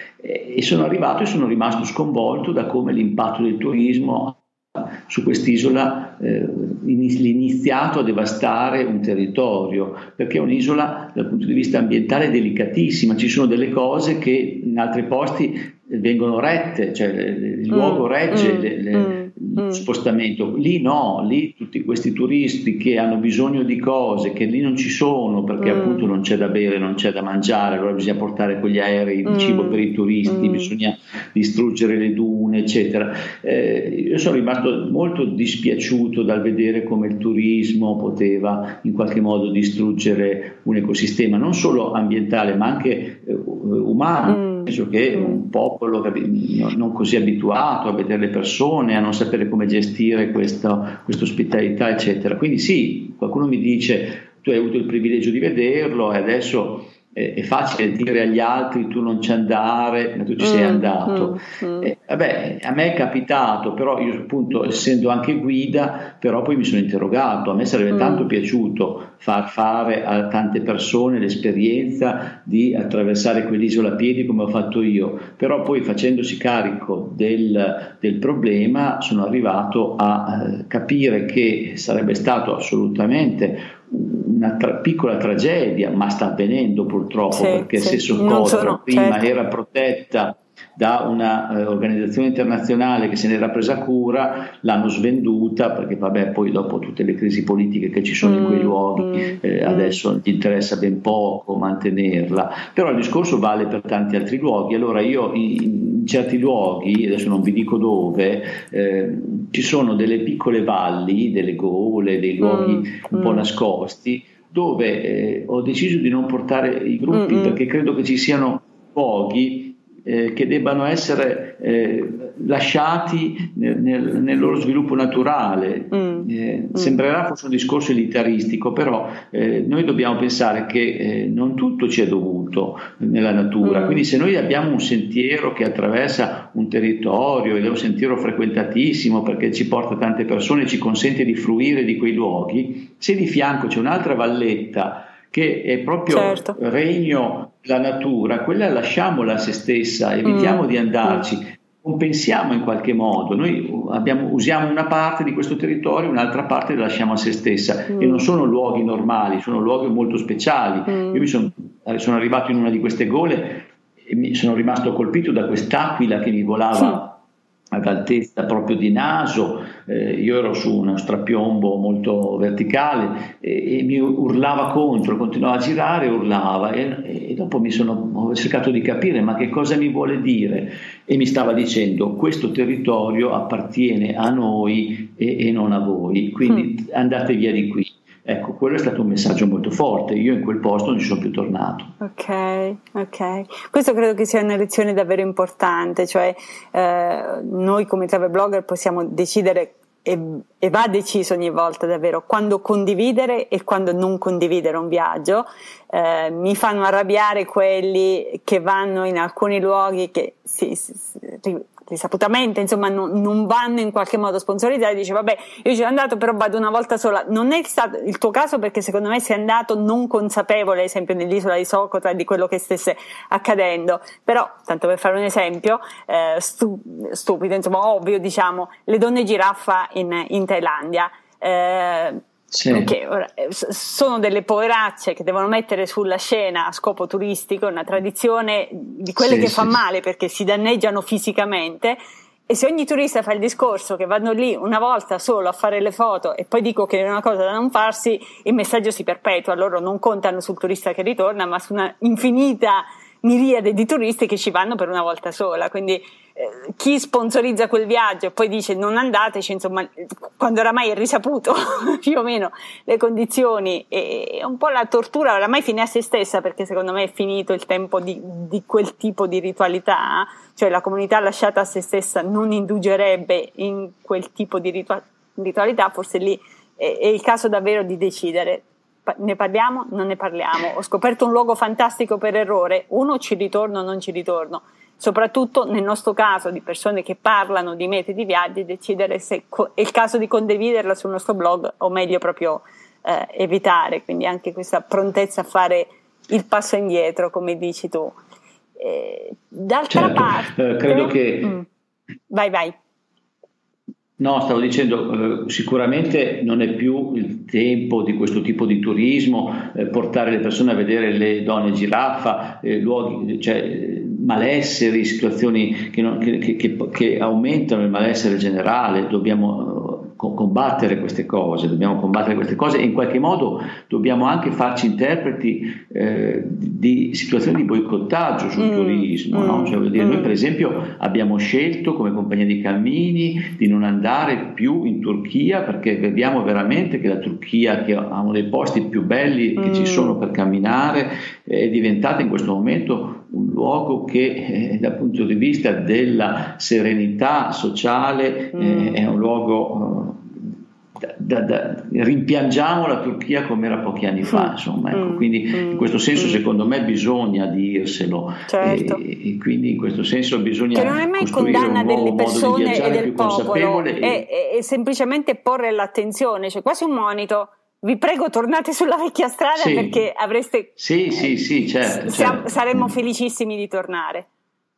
e sono arrivato e sono rimasto sconvolto da come l'impatto del turismo su quest'isola eh, iniziato a devastare un territorio, perché è un'isola dal punto di vista ambientale delicatissima, ci sono delle cose che in altri posti vengono rette, cioè il luogo mm, regge mm, le, le, mm, il spostamento, lì no, lì tutti questi turisti che hanno bisogno di cose che lì non ci sono perché mm. appunto non c'è da bere, non c'è da mangiare, allora bisogna portare con gli aerei il mm, cibo per i turisti, mm. bisogna distruggere le dune eccetera. Eh, io sono rimasto molto dispiaciuto dal vedere come il turismo poteva in qualche modo distruggere un ecosistema non solo ambientale ma anche eh, umano. Mm. Penso che un popolo non così abituato a vedere le persone, a non sapere come gestire questa ospitalità, eccetera. Quindi sì, qualcuno mi dice tu hai avuto il privilegio di vederlo e adesso è facile dire agli altri tu non ci andare, ma tu ci sei andato. Mm, mm, mm. Eh, vabbè, a me è capitato, però io appunto essendo anche guida, però poi mi sono interrogato, a me sarebbe mm. tanto piaciuto far fare a tante persone l'esperienza di attraversare quell'isola a piedi come ho fatto io, però poi facendosi carico del, del problema sono arrivato a eh, capire che sarebbe stato assolutamente una tra- piccola tragedia, ma sta avvenendo purtroppo, sì, perché sì. se Socotra prima certo. era protetta da una eh, organizzazione internazionale che se n'era presa cura, l'hanno svenduta perché vabbè poi dopo tutte le crisi politiche che ci sono mm, in quei luoghi mm, eh, adesso gli interessa ben poco mantenerla, però il discorso vale per tanti altri luoghi. Allora io in, in certi luoghi, adesso non vi dico dove, eh, ci sono delle piccole valli, delle gole, dei luoghi mm, un mm. po' nascosti dove eh, ho deciso di non portare i gruppi mm, perché credo che ci siano luoghi Eh, che debbano essere eh, lasciati nel, nel, nel loro sviluppo naturale. Mm. Eh, mm. Sembrerà forse un discorso elitaristico, però eh, noi dobbiamo pensare che eh, non tutto ci è dovuto nella natura, mm. quindi se noi abbiamo un sentiero che attraversa un territorio ed è un sentiero frequentatissimo perché ci porta tante persone e ci consente di fruire di quei luoghi, se di fianco c'è un'altra valletta che è proprio certo. regno della natura, quella lasciamola a se stessa, evitiamo mm. di andarci, mm. compensiamo in qualche modo, noi abbiamo, usiamo una parte di questo territorio, un'altra parte la lasciamo a se stessa mm. e non sono luoghi normali, sono luoghi molto speciali. Mm. Io mi sono, sono arrivato in una di queste gole e mi sono rimasto colpito da quest'aquila che mi volava mm. ad altezza proprio di naso, eh, io ero su uno strapiombo molto verticale e, e mi urlava contro, continuava a girare, urlava e, e dopo mi sono ho cercato di capire ma che cosa mi vuole dire, e mi stava dicendo: questo territorio appartiene a noi e, e non a voi, quindi mm. andate via di qui. Ecco, quello è stato un messaggio molto forte, io in quel posto non ci sono più tornato. Ok, ok. Questo credo che sia una lezione davvero importante, cioè eh, noi come travel blogger possiamo decidere, e, e va deciso ogni volta davvero, quando condividere e quando non condividere un viaggio. Eh, mi fanno arrabbiare quelli che vanno in alcuni luoghi che si, si, si risaputamente insomma non, non vanno in qualche modo sponsorizzati, dice vabbè io ci sono andato però vado una volta sola. Non è stato il tuo caso, perché secondo me sei andato non consapevole, ad esempio nell'isola di Socotra, di quello che stesse accadendo, però tanto per fare un esempio eh, stu- stupido insomma ovvio, diciamo, le donne giraffa in, in Thailandia, eh, sì. Che sono delle poveracce che devono mettere sulla scena a scopo turistico, una tradizione di quelle sì, che sì. fa male perché si danneggiano fisicamente, e se ogni turista fa il discorso che vanno lì una volta solo a fare le foto e poi dico che è una cosa da non farsi, il messaggio si perpetua. Loro non contano sul turista che ritorna ma su una infinita miriade di turisti che ci vanno per una volta sola. Quindi eh, chi sponsorizza quel viaggio e poi dice non andateci, insomma, quando oramai è risaputo più o meno le condizioni, e un po' la tortura oramai fine a se stessa, perché secondo me è finito il tempo di, di quel tipo di ritualità, cioè la comunità lasciata a se stessa non indugerebbe in quel tipo di ritua- ritualità. Forse lì è, è il caso davvero di decidere: ne parliamo, non ne parliamo, ho scoperto un luogo fantastico per errore, uno, ci ritorno o non ci ritorno. Soprattutto nel nostro caso di persone che parlano di mete di viaggi, decidere se è il caso di condividerla sul nostro blog o meglio proprio eh, evitare. Quindi anche questa prontezza a fare il passo indietro, come dici tu. Eh, d'altra certo, parte eh, credo che mm. vai vai No, stavo dicendo, eh, sicuramente non è più il tempo di questo tipo di turismo, eh, portare le persone a vedere le donne giraffa, eh, luoghi, cioè malesseri, situazioni che, non, che, che, che aumentano il malessere generale. Dobbiamo combattere queste cose, dobbiamo combattere queste cose e in qualche modo dobbiamo anche farci interpreti eh, di situazioni di boicottaggio sul mm, turismo, mm, no? Cioè, vuol dire, mm. noi per esempio abbiamo scelto come compagnia di cammini di non andare più in Turchia, perché vediamo veramente che la Turchia, che ha uno dei posti più belli che mm. ci sono per camminare, è diventata in questo momento un luogo che eh, dal punto di vista della serenità sociale mm. eh, è un luogo eh, da, da, da, rimpiangiamo la Turchia come era pochi anni fa, insomma, ecco. Quindi mm. in questo senso secondo me bisogna dirselo, certo. e, e quindi in questo senso bisogna che non è mai costruire condanna un nuovo delle persone modo di viaggiare e del più popolo, consapevole è, è, è semplicemente porre l'attenzione, cioè quasi un monito: vi prego tornate sulla vecchia strada, sì. perché avreste sì sì sì certo, siamo, certo. saremmo felicissimi di tornare.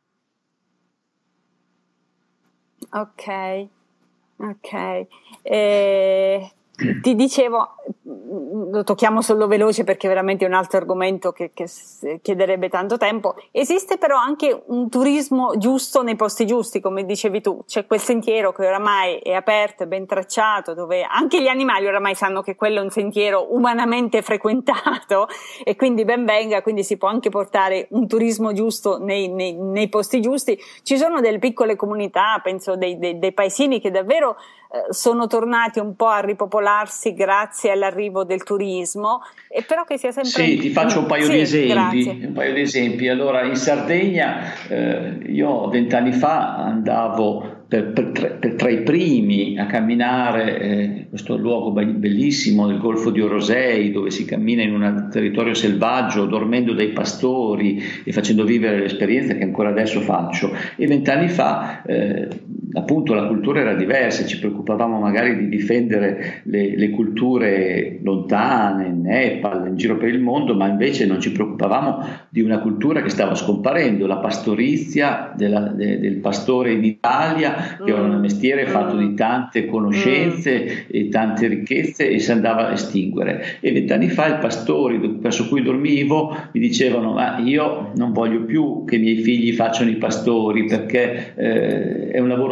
Ok, ok. Eh, ti dicevo, lo tocchiamo solo veloce perché veramente è un altro argomento che, che chiederebbe tanto tempo. Esiste però anche un turismo giusto nei posti giusti, come dicevi tu. C'è quel sentiero che oramai è aperto, è ben tracciato, dove anche gli animali oramai sanno che quello è un sentiero umanamente frequentato e quindi ben venga, quindi si può anche portare un turismo giusto nei, nei, nei posti giusti. Ci sono delle piccole comunità, penso dei, dei, dei paesini che davvero eh, sono tornati un po' a ripopolarsi grazie all'arrivo del turismo, e però che sia sempre... Sì, ti faccio un paio sì, di esempi. Grazie. Un paio di esempi. Allora, in Sardegna eh, io vent'anni fa andavo per, per, tra, per tra i primi a camminare eh, questo luogo bellissimo del Golfo di Orosei, dove si cammina in un territorio selvaggio, dormendo dai pastori e facendo vivere l'esperienza che ancora adesso faccio. E vent'anni fa eh, appunto la cultura era diversa, ci preoccupavamo magari di difendere le, le culture lontane, in Nepal, in giro per il mondo, ma invece non ci preoccupavamo di una cultura che stava scomparendo, la pastorizia della, de, del pastore in Italia, che era un mestiere fatto di tante conoscenze e tante ricchezze, e si andava a estinguere. E vent'anni fa i pastori presso cui dormivo mi dicevano: ma io non voglio più che i miei figli facciano i pastori, perché eh, è un lavoro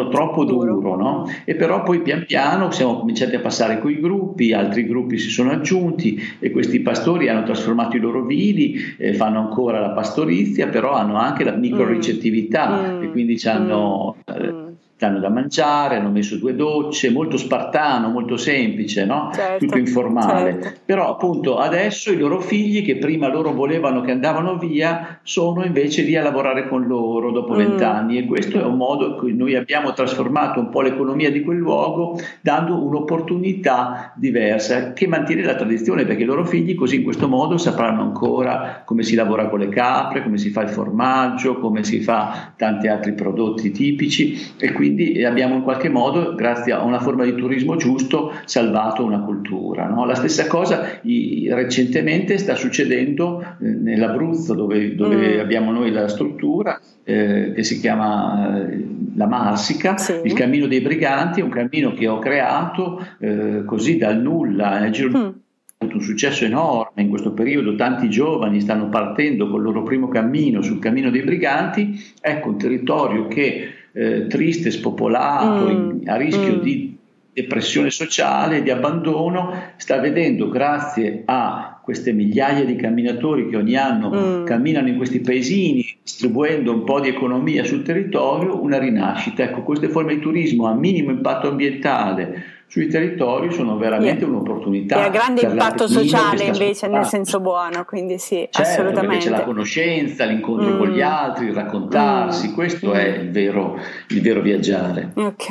stato troppo duro, duro no? E però poi pian piano siamo cominciati a passare coi gruppi, altri gruppi si sono aggiunti e questi pastori hanno trasformato i loro vili, eh, fanno ancora la pastorizia, però hanno anche la microricettività mm. e quindi ci hanno... Mm. Eh, danno da mangiare, hanno messo due docce, molto spartano, molto semplice, no? Certo, tutto informale. Certo. Però appunto adesso i loro figli, che prima loro volevano che andavano via, sono invece lì a lavorare con loro dopo vent'anni mm. e questo è un modo in cui noi abbiamo trasformato un po' l'economia di quel luogo, dando un'opportunità diversa che mantiene la tradizione, perché i loro figli così in questo modo sapranno ancora come si lavora con le capre, come si fa il formaggio, come si fa tanti altri prodotti tipici e quindi Quindi abbiamo in qualche modo, grazie a una forma di turismo giusto, salvato una cultura. No? La stessa cosa i, recentemente sta succedendo eh, nell'Abruzzo, dove, dove mm. abbiamo noi la struttura eh, che si chiama eh, la Marsica, sì. il Cammino dei Briganti, è un cammino che ho creato eh, così dal nulla, nel giro mm. Ha avuto un successo enorme in questo periodo, tanti giovani stanno partendo col loro primo cammino sul Cammino dei Briganti. Ecco un territorio che eh, triste, spopolato, mm. in, a rischio mm. di depressione sociale, di abbandono, sta vedendo, grazie a queste migliaia di camminatori che ogni anno mm. camminano in questi paesini, distribuendo un po' di economia sul territorio, una rinascita. Ecco, queste forme di turismo a minimo impatto ambientale sui territori sono veramente yeah. un'opportunità. E ha grande impatto sociale invece, nel senso buono, quindi sì, certo, assolutamente. Perché c'è la conoscenza, l'incontro mm. con gli altri, il raccontarsi, mm. questo mm. è il vero, il vero viaggiare. Ok,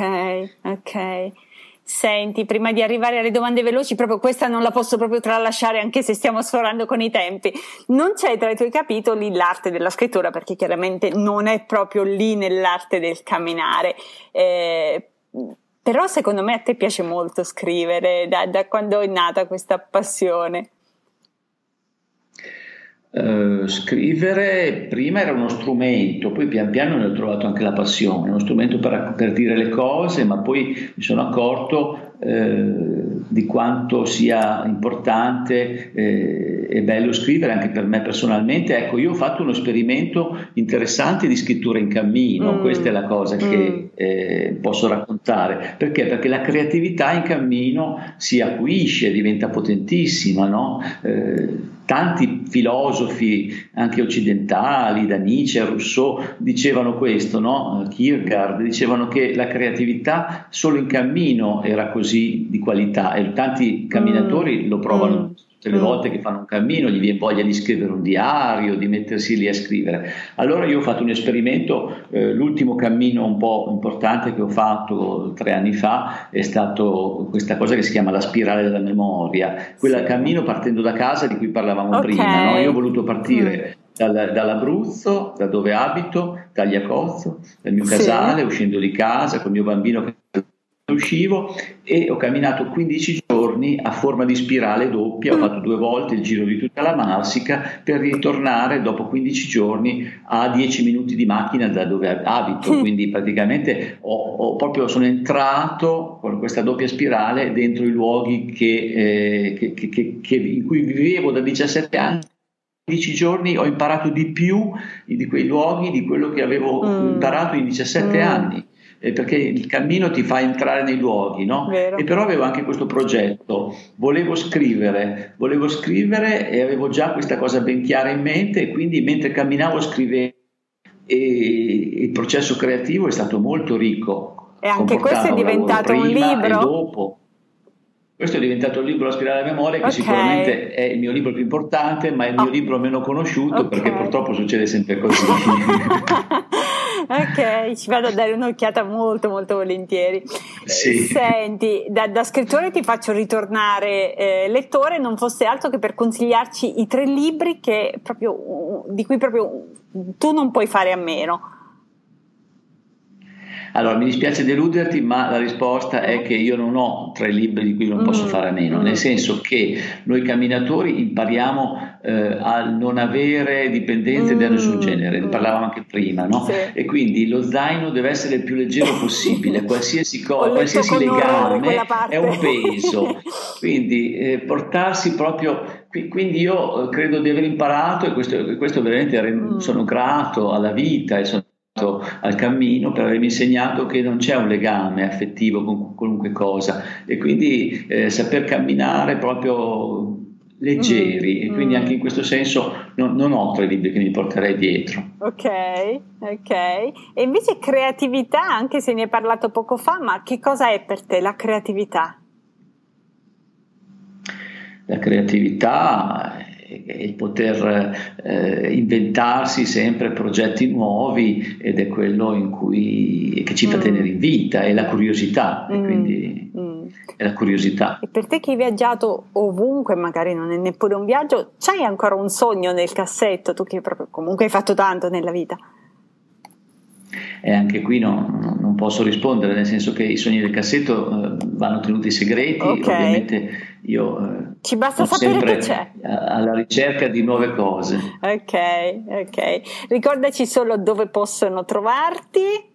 ok. Senti, prima di arrivare alle domande veloci, proprio questa non la posso proprio tralasciare, anche se stiamo sforando con i tempi. Non c'è tra i tuoi capitoli l'arte della scrittura, perché chiaramente non è proprio lì nell'arte del camminare. Eh, però secondo me a te piace molto scrivere, da, da quando è nata questa passione? Uh, scrivere prima era uno strumento, poi pian piano ne ho trovato anche la passione, uno strumento per, per dire le cose, ma poi mi sono accorto eh, di quanto sia importante eh, e bello scrivere anche per me personalmente. Ecco, io ho fatto uno esperimento interessante di scrittura in cammino, mm. questa è la cosa che mm. eh, posso raccontare. Perché? Perché la creatività in cammino si acuisce, diventa potentissima, no? Eh, Tanti filosofi, anche occidentali, da Nietzsche a Rousseau, dicevano questo, no? Kierkegaard, dicevano che la creatività solo in cammino era così di qualità, e tanti camminatori mm. lo provano mm. tutte le volte che fanno un cammino, gli viene voglia di scrivere un diario, di mettersi lì a scrivere. Allora io ho fatto un esperimento, eh, l'ultimo cammino un po' importante che ho fatto tre anni fa è stato questa cosa che si chiama la spirale della memoria, quella sì. cammino partendo da casa di cui parlavamo okay. prima, no? Io ho voluto partire mm. dal, dall'Abruzzo, da dove abito, Tagliacozzo, dal mio casale, sì. uscendo di casa col mio bambino che uscivo, e ho camminato quindici giorni a forma di spirale doppia, ho fatto due volte il giro di tutta la Marsica per ritornare dopo quindici giorni a dieci minuti di macchina da dove abito, quindi praticamente ho, ho proprio sono entrato con questa doppia spirale dentro i luoghi che, eh, che, che, che, in cui vivevo da diciassette anni. quindici giorni ho imparato di più di quei luoghi di quello che avevo mm. imparato in diciassette mm. anni. Perché il cammino ti fa entrare nei luoghi, no? Vero. E però avevo anche questo progetto, volevo scrivere, volevo scrivere e avevo già questa cosa ben chiara in mente, e quindi mentre camminavo scrivevo, e il processo creativo è stato molto ricco. E anche questo è diventato un libro? E dopo. Questo è diventato il libro La spirale della memoria, che okay. sicuramente è il mio libro più importante, ma è il mio oh. libro meno conosciuto, okay. perché purtroppo succede sempre così. Ok, ci vado a dare un'occhiata molto molto volentieri. Sì. Senti, da, da scrittore ti faccio ritornare eh, lettore, non fosse altro che per consigliarci i tre libri che proprio, di cui proprio tu non puoi fare a meno. Allora, mi dispiace deluderti, ma la risposta è che io non ho tre libri di cui non posso mm. fare a meno, nel senso che noi camminatori impariamo eh, a non avere dipendenze mm. da nessun genere, ne parlavamo anche prima, no? Sì. E quindi lo zaino deve essere il più leggero possibile, qualsiasi cosa, qualsiasi legame è un peso, quindi eh, portarsi proprio, quindi io credo di aver imparato, e questo, questo veramente mm. sono grato alla vita e sono al cammino, per avermi insegnato che non c'è un legame affettivo con qualunque cosa, e quindi eh, saper camminare proprio leggeri, mm, e quindi mm. anche in questo senso non, non ho tre libri che mi porterei dietro. Ok, ok. E invece creatività, anche se ne hai parlato poco fa, ma che cosa è per te la creatività? La creatività è il poter eh, inventarsi sempre progetti nuovi, ed è quello in cui che ci fa mm. tenere in vita, è la curiosità, mm. e quindi mm. è la curiosità. E per te che hai viaggiato ovunque, magari non è neppure un viaggio, c'hai ancora un sogno nel cassetto, tu che proprio comunque hai fatto tanto nella vita? E anche qui no, non posso rispondere, nel senso che i sogni del cassetto eh, vanno tenuti segreti. Okay. Ovviamente io eh, ci basta sapere che c'è, alla ricerca di nuove cose. Ok, ok. Ricordaci solo dove possono trovarti.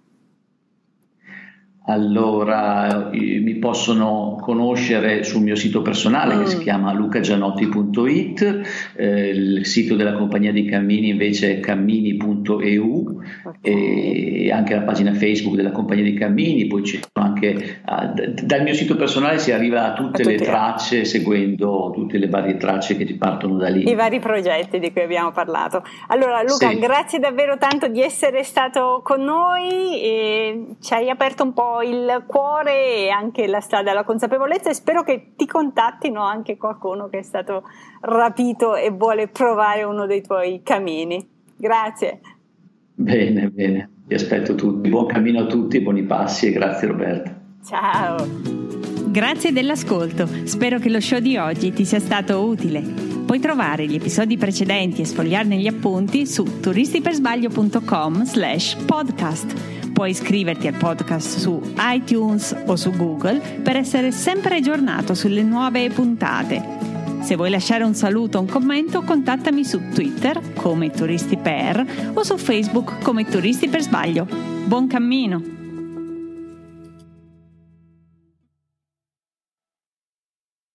Allora, mi possono conoscere sul mio sito personale, mm. che si chiama luca gianotti punto it, eh, il sito della compagnia di cammini invece è cammini punto e u, okay. E anche la pagina Facebook della compagnia di cammini. Poi ci sono anche, uh, dal mio sito personale si arriva a tutte a le tracce, seguendo tutte le varie tracce che ti partono da lì. I vari progetti di cui abbiamo parlato. Allora Luca, sì. grazie davvero tanto di essere stato con noi, e ci hai aperto un po' il cuore e anche la strada alla consapevolezza, e spero che ti contattino anche qualcuno che è stato rapito e vuole provare uno dei tuoi cammini. Grazie. Bene, bene, vi aspetto tutti. Buon cammino a tutti, buoni passi, e grazie Roberta. Ciao. Grazie dell'ascolto, spero che lo show di oggi ti sia stato utile. Puoi trovare gli episodi precedenti e sfogliarne gli appunti su turistipersbaglio punto com slash podcast. Puoi iscriverti al podcast su iTunes o su Google per essere sempre aggiornato sulle nuove puntate. Se vuoi lasciare un saluto o un commento, contattami su Twitter come Turisti Per o su Facebook come Turisti per Sbaglio. Buon cammino!